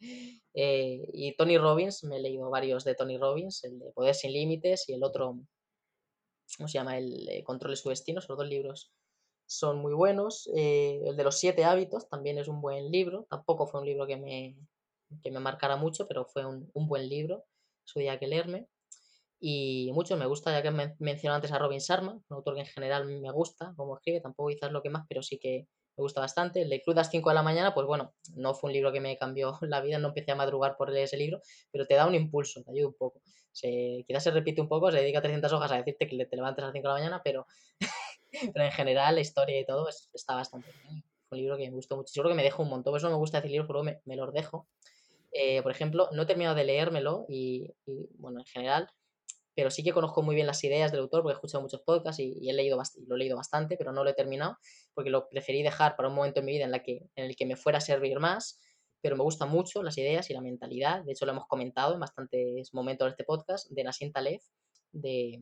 Y Tony Robbins, me he leído varios de Tony Robbins, el de Poder sin Límites y el otro, ¿cómo se llama? El Controle su destino. Esos dos libros son muy buenos. El de los 7 hábitos también es un buen libro. Tampoco fue un libro que me marcara mucho, pero fue un buen libro. Su día que leerme. Y mucho me gusta, ya que mencionado antes a Robin Sharma, un autor que en general me gusta, como escribe, tampoco quizás lo que más, pero sí que me gusta bastante. El de Club a las 5 de la mañana, pues bueno, no fue un libro que me cambió la vida, no empecé a madrugar por leer ese libro, pero te da un impulso, te ayuda un poco. Quizás se repite un poco, se dedica 300 hojas a decirte que te levantes a las 5 de la mañana, pero en general la historia y todo está bastante bien. Fue un libro que me gustó mucho. Seguro que me dejo un montón, por eso no me gusta decir libros, pero me los dejo. Por ejemplo, no he terminado de leérmelo bueno, en general pero sí que conozco muy bien las ideas del autor porque he escuchado muchos podcasts y lo he leído bastante, pero no lo he terminado porque lo preferí dejar para un momento en mi vida en el que me fuera a servir más, pero me gustan mucho las ideas y la mentalidad. De hecho, lo hemos comentado en bastantes momentos de este podcast de Nassim Taleb, de,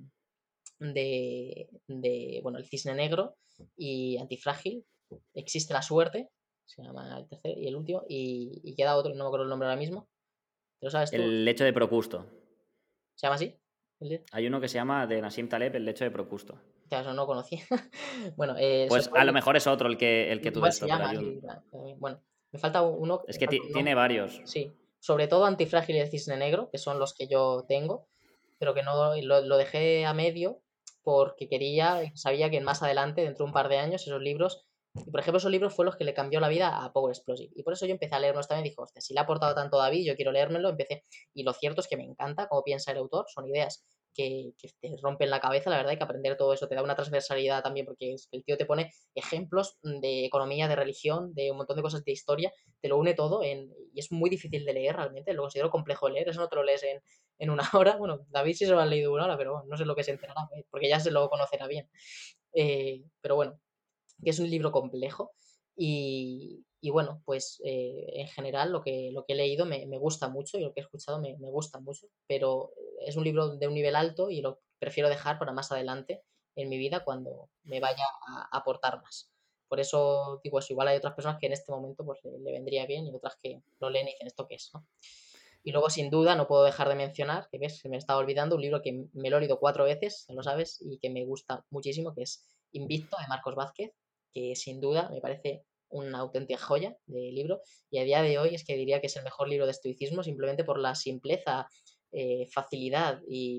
bueno, El Cisne Negro y Antifrágil. Existe la suerte, se llama el tercero y el último, y queda otro, no me acuerdo el nombre ahora mismo. ¿Te lo sabes tú? El lecho de Procusto. ¿Se llama así? Hay uno que se llama de Nassim Taleb, El lecho de Procusto. Claro, eso no conocía. Bueno, Pues a lo mejor es otro el que tú de igual se esto, pero llama hay así. un. Bueno, me falta uno, Es me que falta un tiene nombre. varios. Sí, sobre todo Antifrágil y el Cisne Negro, que son los que yo tengo, pero que no lo dejé a medio porque sabía que más adelante, dentro de un par de años, esos libros, y por ejemplo, esos libros fueron los que le cambió la vida a Power Explosive. Y por eso yo empecé a leerlos también y dije, hostia, si le ha aportado tanto David, yo quiero leérmelo, empecé. Y lo cierto es que me encanta cómo piensa el autor, son ideas que te rompen la cabeza, la verdad, hay que aprender todo eso, te da una transversalidad también, porque el tío te pone ejemplos de economía, de religión, de un montón de cosas de historia, te lo une todo y es muy difícil de leer realmente, lo considero complejo de leer, eso no te lo lees en una hora, bueno, David sí se lo ha leído una hora, pero bueno, no sé lo que se enterará, porque ya se lo conocerá bien. Pero bueno, que es un libro complejo y bueno, pues en general lo que he leído me gusta mucho y lo que he escuchado me gusta mucho, pero es un libro de un nivel alto y lo prefiero dejar para más adelante en mi vida cuando me vaya a aportar más. Por eso digo eso, igual hay otras personas que en este momento pues le vendría bien y otras que lo leen y dicen esto qué es, ¿no? Y luego, sin duda, no puedo dejar de mencionar, que ves, se me estaba olvidando, un libro que me lo he leído 4 veces, ya lo sabes, y que me gusta muchísimo, que es Invicto, de Marcos Vázquez, que sin duda me parece una auténtica joya de libro. Y a día de hoy es que diría que es el mejor libro de estoicismo, simplemente por la simpleza, facilidad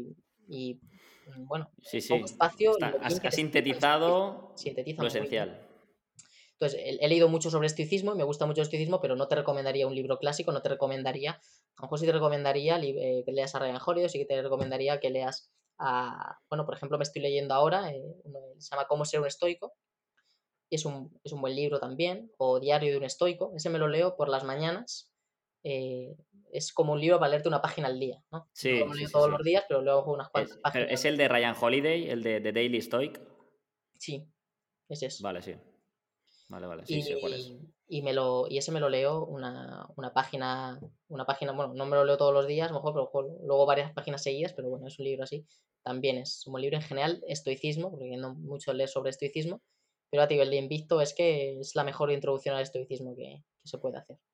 bueno, Sí, poco sí. espacio, lo bien que Ha te explica el estoicismo. sintetizado Sintetiza lo muy bien. esencial. Entonces, he leído mucho sobre estoicismo y me gusta mucho el estoicismo, pero no te recomendaría un libro clásico, no te recomendaría, a lo mejor sí te recomendaría que leas a Ryan Holiday, sí que te recomendaría que leas bueno, por ejemplo, me estoy leyendo ahora, se llama Cómo ser un estoico, y es un buen libro también, o Diario de un estoico, ese me lo leo por las mañanas, eh, es como un libro para leerte una página al día, ¿no? No Sí, lo sí, leo sí, todos sí. los días, pero leo unas cuantas Pero páginas. es el de Ryan Holiday, el de The Daily Stoic. Sí, ese es. Vale, sí. Vale, vale, sí, sé cuál es. Y ese me lo leo una página, bueno, no me lo leo todos los días, a lo mejor, pero luego varias páginas seguidas, pero bueno, es un libro así. También es un buen libro en general, estoicismo, porque no mucho leer sobre estoicismo, pero a ti el de Invicto es que es la mejor introducción al estoicismo que se puede hacer.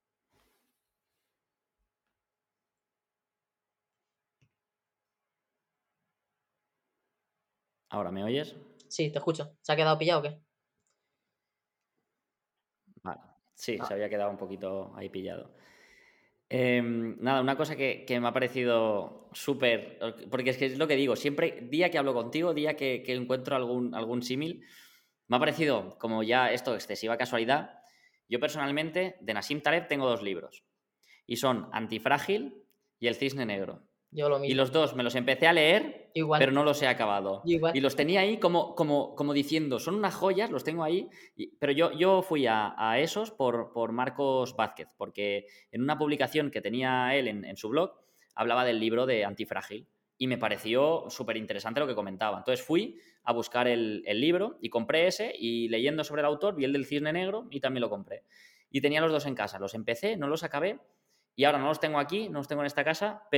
¿Ahora me oyes? Sí, te escucho. ¿Se ha quedado pillado o qué? Vale. Sí, No, se había quedado un poquito ahí pillado. Nada, una cosa que me ha parecido súper, porque es que es lo que digo, siempre, día que hablo contigo, día que encuentro algún símil, me ha parecido como ya esto, excesiva casualidad. Yo personalmente, de Nassim Taleb, tengo 2 libros y son Antifrágil y El Cisne Negro. yo lo Y mismo. los dos me los empecé a leer, Igual, pero no los he acabado. yo igual. Y los tenía ahí como diciendo, son unas joyas, los tengo ahí. Pero yo fui a esos por Marcos Vázquez, porque en una publicación que tenía él en su blog, hablaba del libro de Antifrágil. Y me pareció súper interesante lo que comentaba. Entonces fui a buscar el libro y compré ese, y leyendo sobre el autor vi el del Cisne Negro y también lo compré. Y tenía los dos en casa. Los empecé, no los acabé, y ahora no los tengo aquí, no los tengo en esta casa,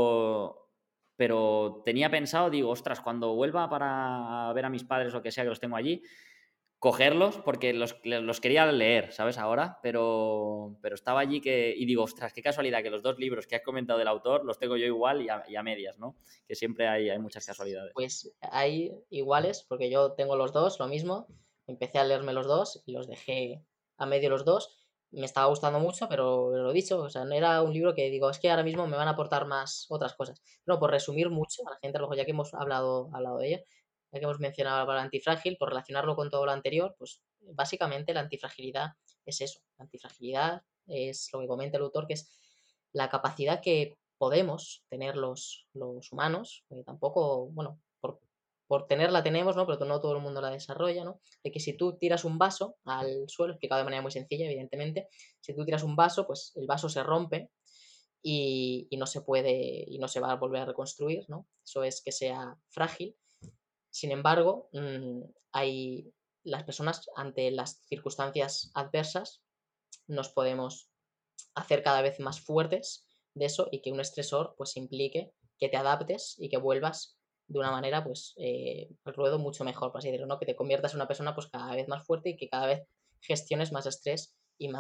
pero tenía pensado, digo, ostras, cuando vuelva para ver a mis padres o que sea, que los tengo allí, cogerlos porque los quería leer, ¿sabes? Ahora, pero estaba allí y digo, ostras, qué casualidad que los 2 libros que has comentado del autor los tengo yo igual y a medias, ¿no? Que siempre hay muchas casualidades. Pues hay iguales, porque yo tengo los dos, lo mismo. Empecé a leerme los dos y los dejé a medio los dos. Me estaba gustando mucho, pero lo dicho, o sea, no era un libro que digo, es que ahora mismo me van a aportar más otras cosas. Pero por resumir mucho, a la gente, a lo mejor ya que hemos hablado de ello, ya que hemos mencionado la palabra antifrágil, por relacionarlo con todo lo anterior, pues básicamente la antifragilidad es eso. La antifragilidad es lo que comenta el autor, que es la capacidad que podemos tener los humanos, tampoco, bueno, por tenerla tenemos, ¿no? Pero no todo el mundo la desarrolla, ¿no? De que si tú tiras un vaso al suelo, explicado de manera muy sencilla, evidentemente, si tú tiras un vaso, pues el vaso se rompe y no se puede, y no se va a volver a reconstruir, ¿no? Eso es que sea frágil. Sin embargo, hay las personas ante las circunstancias adversas nos podemos hacer cada vez más fuertes de eso y que un estresor pues implique que te adaptes y que vuelvas de una manera pues al ruedo mucho mejor, por así decirlo, ¿no? Que te conviertas en una persona pues cada vez más fuerte y que cada vez gestiones más estrés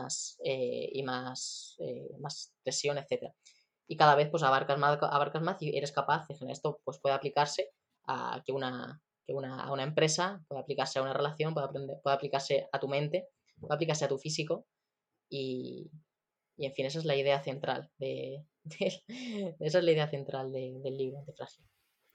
más presión, etcétera. Y cada vez pues abarcas más y eres capaz de generar esto, pues puede aplicarse a a una empresa, puede aplicarse a una relación, puede aplicarse a tu mente, puede aplicarse a tu físico y, y en fin, esa es la idea central esa es la idea central del libro de Frágil.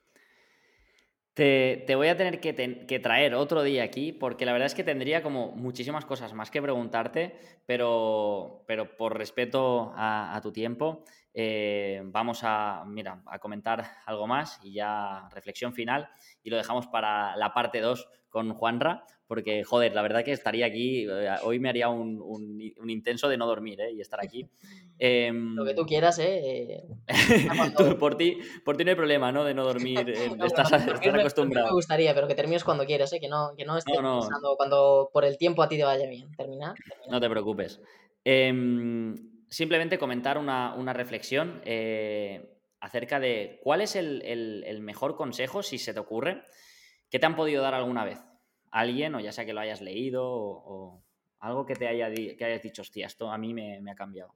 Te voy a tener que traer otro día aquí, porque la verdad es que tendría como muchísimas cosas más que preguntarte, pero por respeto a tu tiempo, vamos mira, a comentar algo más y ya reflexión final, y lo dejamos para la parte 2 con Juanra, porque, joder, la verdad que estaría aquí, hoy me haría un intenso de no dormir, y estar aquí. Lo que tú Em, quieras, Tú, cuando, por ti no hay problema, ¿no? De no dormir. hombre, Estás dormir me acostumbrado. gustaría, pero que termines cuando quieras, que no No, estés no, pensando cuando por el tiempo a ti te vaya bien. Termina. no te preocupes. Simplemente comentar una reflexión acerca de cuál es el mejor consejo, si se te ocurre, que te han podido dar alguna vez. Alguien, o ya sea que lo hayas leído, o algo que que hayas dicho, hostia, esto a mí me ha cambiado.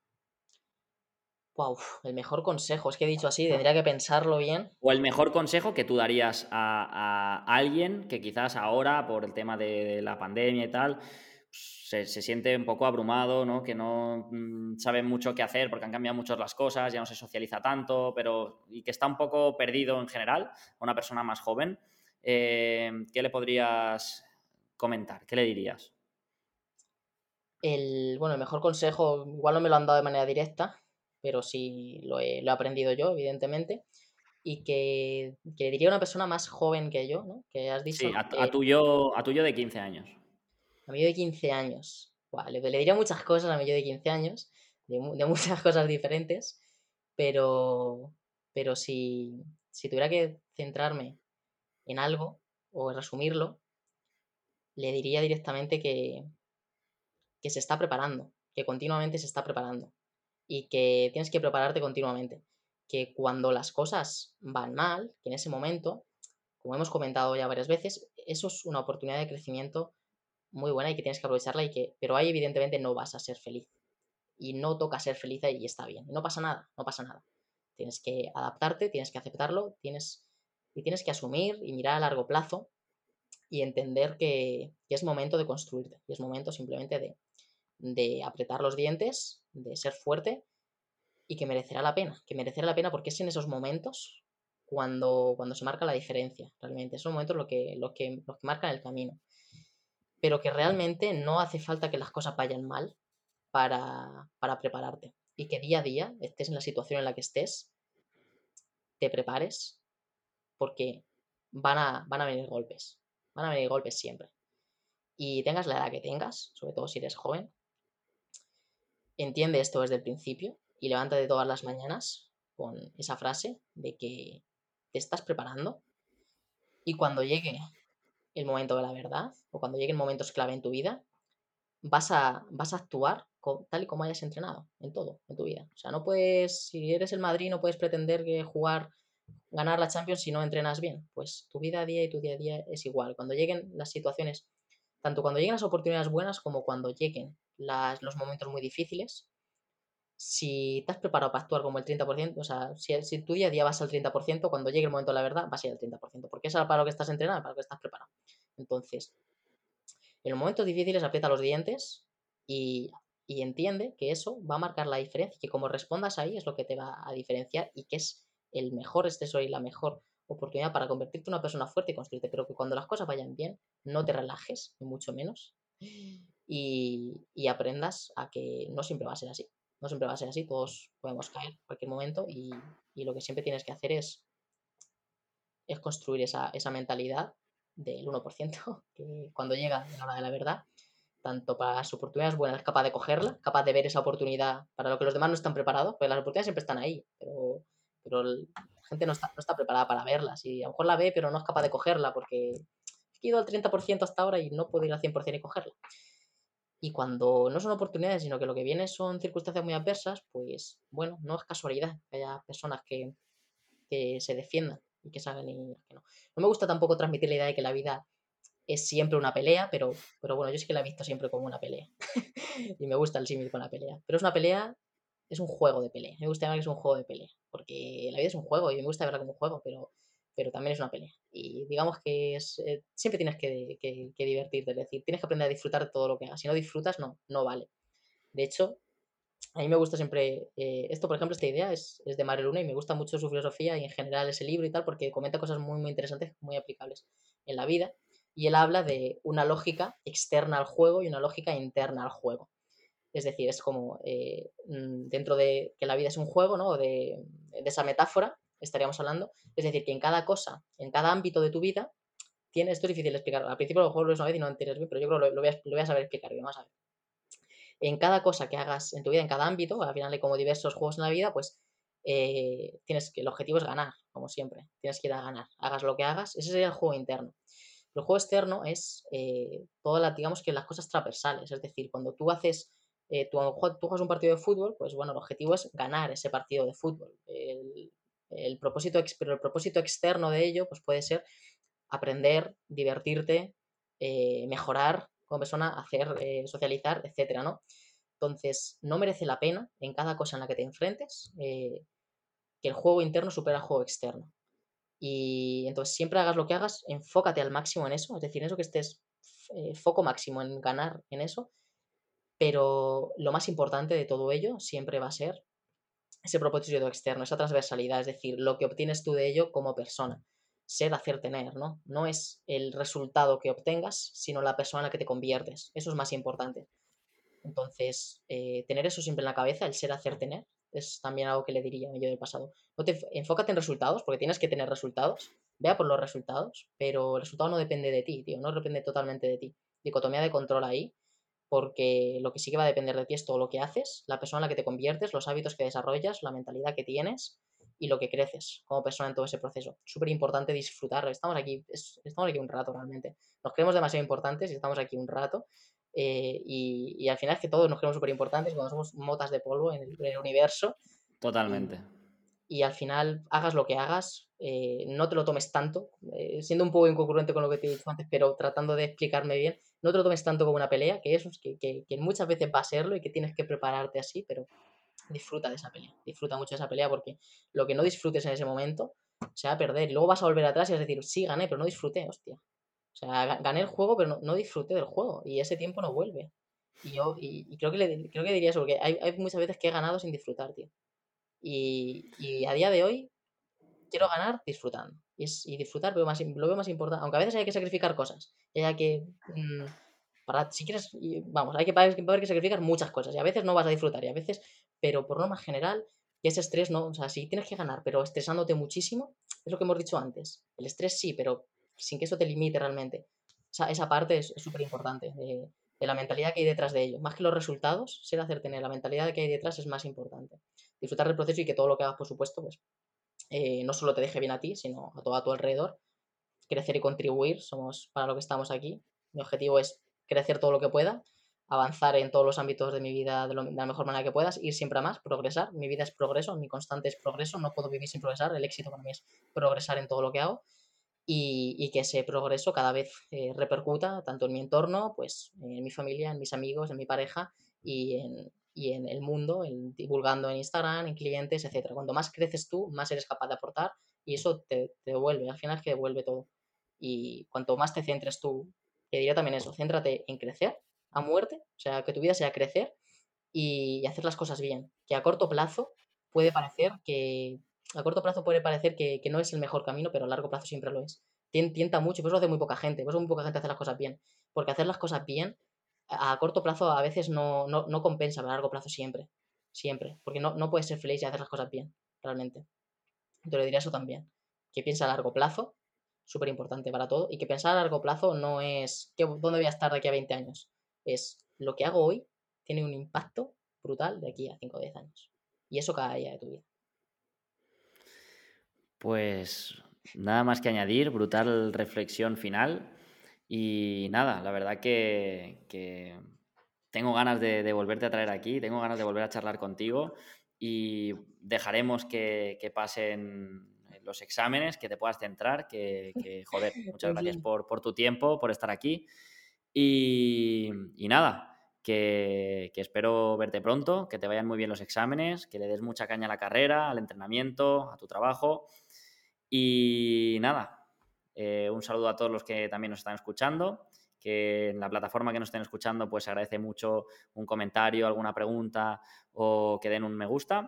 Wow, el mejor consejo, es que he dicho así, tendría que pensarlo bien. O el mejor consejo que tú darías a alguien que quizás ahora, por el tema de la pandemia y tal, se siente un poco abrumado, ¿no? Que no sabe mucho qué hacer porque han cambiado mucho las cosas, ya no se socializa tanto, y que está un poco perdido en general, a una persona más joven. ¿Qué le podrías comentar? ¿Qué le dirías? El mejor consejo, igual no me lo han dado de manera directa, pero sí lo he aprendido yo, evidentemente. Y que le diría a una persona más joven que yo, ¿no? Que has dicho, Sí, ¿no? a tuyo de 15 años. A mí de 15 años. Buah, le diría muchas cosas a mí de 15 años, de muchas cosas diferentes, pero, pero si tuviera que centrarme en algo o resumirlo, le diría directamente que se está preparando, que continuamente se está preparando y que tienes que prepararte continuamente. Que cuando las cosas van mal, que en ese momento, como hemos comentado ya varias veces, eso es una oportunidad de crecimiento muy buena y que tienes que aprovecharla pero ahí evidentemente no vas a ser feliz y no toca ser feliz y está bien, y no pasa nada, no pasa nada. Tienes que adaptarte, tienes que aceptarlo, tienes que asumir y mirar a largo plazo y entender que es momento de construirte y es momento simplemente de apretar los dientes, de ser fuerte y que merecerá la pena porque es en esos momentos cuando se marca la diferencia, realmente. Esos momentos los que marcan el camino. Pero que realmente no hace falta que las cosas vayan mal para prepararte. Y que día a día, estés en la situación en la que estés, te prepares porque van a venir golpes. Van a venir golpes siempre. Y tengas la edad que tengas, sobre todo si eres joven, entiende esto desde el principio y levántate todas las mañanas con esa frase de que te estás preparando y cuando llegue el momento de la verdad o cuando lleguen momentos clave en tu vida, vas a actuar tal y como hayas entrenado en todo, en tu vida. O sea, no puedes, si eres el Madrid, no puedes pretender que ganar la Champions si no entrenas bien. Pues tu vida a día y tu día a día es igual. Cuando lleguen las situaciones, tanto cuando lleguen las oportunidades buenas como cuando lleguen los momentos muy difíciles, si te has preparado para actuar como el 30%, o sea, si tu día a día vas al 30%, cuando llegue el momento de la verdad vas a ir al 30%, porque es para lo que estás entrenado, para lo que estás preparado. Entonces, en los momentos difíciles aprieta los dientes y, y entiende que eso va a marcar la diferencia y que como respondas ahí es lo que te va a diferenciar y que es el mejor exceso y la mejor oportunidad para convertirte en una persona fuerte y construirte, pero que cuando las cosas vayan bien, no te relajes, ni mucho menos, y aprendas a que no siempre va a ser así. No siempre va a ser así, todos podemos caer en cualquier momento y lo que siempre tienes que hacer es construir esa mentalidad del 1%, que cuando llega la hora de la verdad, tanto para las oportunidades buenas, es capaz de cogerla, capaz de ver esa oportunidad para lo que los demás no están preparados, pues las oportunidades siempre están ahí, pero la gente no está preparada para verlas y a lo mejor la ve, pero no es capaz de cogerla porque he ido al 30% hasta ahora y no puedo ir al 100% y cogerla. Y cuando no son oportunidades, sino que lo que viene son circunstancias muy adversas, pues bueno, no es casualidad que haya personas que se defiendan y que salgan y que no. No me gusta tampoco transmitir la idea de que la vida es siempre una pelea, pero bueno, yo sí que la he visto siempre como una pelea. Y me gusta el símil con la pelea. Pero es una pelea, es un juego de pelea. Me gusta llamar que es un juego de pelea. Porque la vida es un juego y me gusta verla como un juego, pero también es una pelea. Y digamos que siempre tienes que divertirte, es decir, tienes que aprender a disfrutar de todo lo que hagas. Si no disfrutas, no vale. De hecho, a mí me gusta siempre, esto por ejemplo, esta idea es de Mario Luna y me gusta mucho su filosofía y en general ese libro y tal porque comenta cosas muy, muy interesantes, muy aplicables en la vida. Y él habla de una lógica externa al juego y una lógica interna al juego. Es decir, es como dentro de que la vida es un juego, ¿no? De esa metáfora estaríamos hablando. Es decir, que en cada cosa, en cada ámbito de tu vida, esto es difícil de explicar. Al principio a lo mejor lo ves una vez y no entiendes bien, pero yo creo que lo voy a saber explicar bien. Vamos a ver. En cada cosa que hagas en tu vida, en cada ámbito, al final hay como diversos juegos en la vida, pues el objetivo es ganar, como siempre. Tienes que ir a ganar. Hagas lo que hagas, ese sería el juego interno. El juego externo es digamos que las cosas transversales, es decir, cuando tú haces, tú juegas un partido de fútbol, pues bueno, el objetivo es ganar ese partido de fútbol. Pero el propósito externo de ello, pues puede ser aprender, divertirte, mejorar como persona, hacer, socializar, etcétera, ¿no? Entonces, no merece la pena en cada cosa en la que te enfrentes que el juego interno supera al juego externo. Y entonces, siempre hagas lo que hagas, enfócate al máximo en eso, es decir, en eso que estés foco máximo en ganar en eso, pero lo más importante de todo ello siempre va a ser ese propósito externo, esa transversalidad, es decir, lo que obtienes tú de ello como persona. Ser, hacer, tener, ¿no? No es el resultado que obtengas, sino la persona en la que te conviertes. Eso es más importante. Entonces, tener eso siempre en la cabeza, el ser, hacer, tener, es también algo que le diría yo del pasado. Enfócate en resultados, porque tienes que tener resultados, vea por los resultados, pero el resultado no depende de ti, tío, no depende totalmente de ti. Dicotomía de control ahí, porque lo que sí que va a depender de ti es todo lo que haces, la persona en la que te conviertes, los hábitos que desarrollas, la mentalidad que tienes y lo que creces como persona en todo ese proceso. Súper importante disfrutar. Estamos aquí un rato realmente. Nos creemos demasiado importantes y estamos aquí un rato. Y al final es que todos nos creemos súper importantes cuando somos motas de polvo en el universo. Totalmente. Y al final, hagas lo que hagas, no te lo tomes tanto, siendo un poco incongruente con lo que te he dicho antes, pero tratando de explicarme bien, no te lo tomes tanto como una pelea, que eso es que muchas veces va a serlo y que tienes que prepararte así, pero disfruta de esa pelea, disfruta mucho de esa pelea porque lo que no disfrutes en ese momento se va a perder y luego vas a volver atrás y vas a decir, sí, gané, pero no disfruté, hostia. O sea, gané el juego, pero no disfruté del juego y ese tiempo no vuelve. Y creo que diría eso, porque hay muchas veces que he ganado sin disfrutar, tío. Y a día de hoy quiero ganar disfrutando. Y disfrutar lo veo más importante. Aunque a veces hay que sacrificar cosas. Y hay que. Si quieres. Vamos, hay que haber que sacrificar muchas cosas. Y a veces no vas a disfrutar. Y a veces. Pero por norma general, que ese estrés no. O sea, si tienes que ganar, pero estresándote muchísimo, es lo que hemos dicho antes. El estrés sí, pero sin que eso te limite realmente. Esa parte es súper importante. De la mentalidad que hay detrás de ello. Más que los resultados, ser hacer tener la mentalidad que hay detrás es más importante. Disfrutar del proceso y que todo lo que hagas, por supuesto, pues no solo te deje bien a ti, sino a todo a tu alrededor. Crecer y contribuir, somos para lo que estamos aquí. Mi objetivo es crecer todo lo que pueda, avanzar en todos los ámbitos de mi vida de la mejor manera que puedas, ir siempre a más, progresar. Mi vida es progreso, mi constante es progreso, no puedo vivir sin progresar. El éxito para mí es progresar en todo lo que hago y que ese progreso cada vez repercuta tanto en mi entorno, pues en mi familia, en mis amigos, en mi pareja y en el mundo, divulgando en Instagram, en clientes, etcétera. Cuanto más creces tú, más eres capaz de aportar y eso te devuelve, al final es que devuelve todo. Y cuanto más te centres tú, te diría también eso, céntrate en crecer a muerte, o sea, que tu vida sea crecer y hacer las cosas bien, que a corto plazo puede parecer que a corto plazo puede parecer que no es el mejor camino, pero a largo plazo siempre lo es. Tienta mucho, por eso lo hace muy poca gente, por eso muy poca gente hace las cosas bien, porque hacer las cosas bien a corto plazo a veces no compensa, pero a largo plazo siempre, siempre, porque no puedes ser feliz y hacer las cosas bien, realmente. Te lo diría eso también, que piensa a largo plazo, súper importante para todo, y que pensar a largo plazo no es dónde voy a estar de aquí a 20 años, es lo que hago hoy tiene un impacto brutal de aquí a 5 o 10 años. Y eso cada día de tu vida. Pues nada más que añadir, brutal reflexión final. Y nada, la verdad que tengo ganas de volverte a traer aquí, tengo ganas de volver a charlar contigo y dejaremos que pasen los exámenes, que te puedas centrar, joder, muchas gracias Sí. por tu tiempo, por estar aquí. Y nada, que espero verte pronto, que te vayan muy bien los exámenes, que le des mucha caña a la carrera, al entrenamiento, a tu trabajo. Y nada, un saludo a todos los que también nos están escuchando, que en la plataforma que nos estén escuchando pues se agradece mucho un comentario, alguna pregunta o que den un me gusta.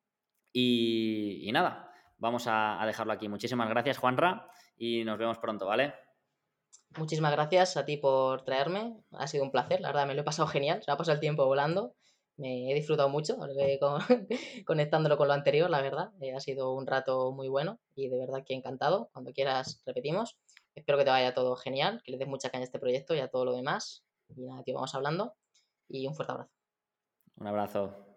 Y nada, vamos a dejarlo aquí. Muchísimas gracias, Juanra, y nos vemos pronto, ¿vale? Muchísimas gracias a ti por traerme. Ha sido un placer, la verdad me lo he pasado genial. Se me ha pasado el tiempo volando. Me he disfrutado mucho conectándolo con lo anterior, la verdad. Ha sido un rato muy bueno y de verdad que encantado. Cuando quieras repetimos. Espero que te vaya todo genial, que le des mucha caña a este proyecto y a todo lo demás. Y nada, tío, vamos hablando y un fuerte abrazo. Un abrazo.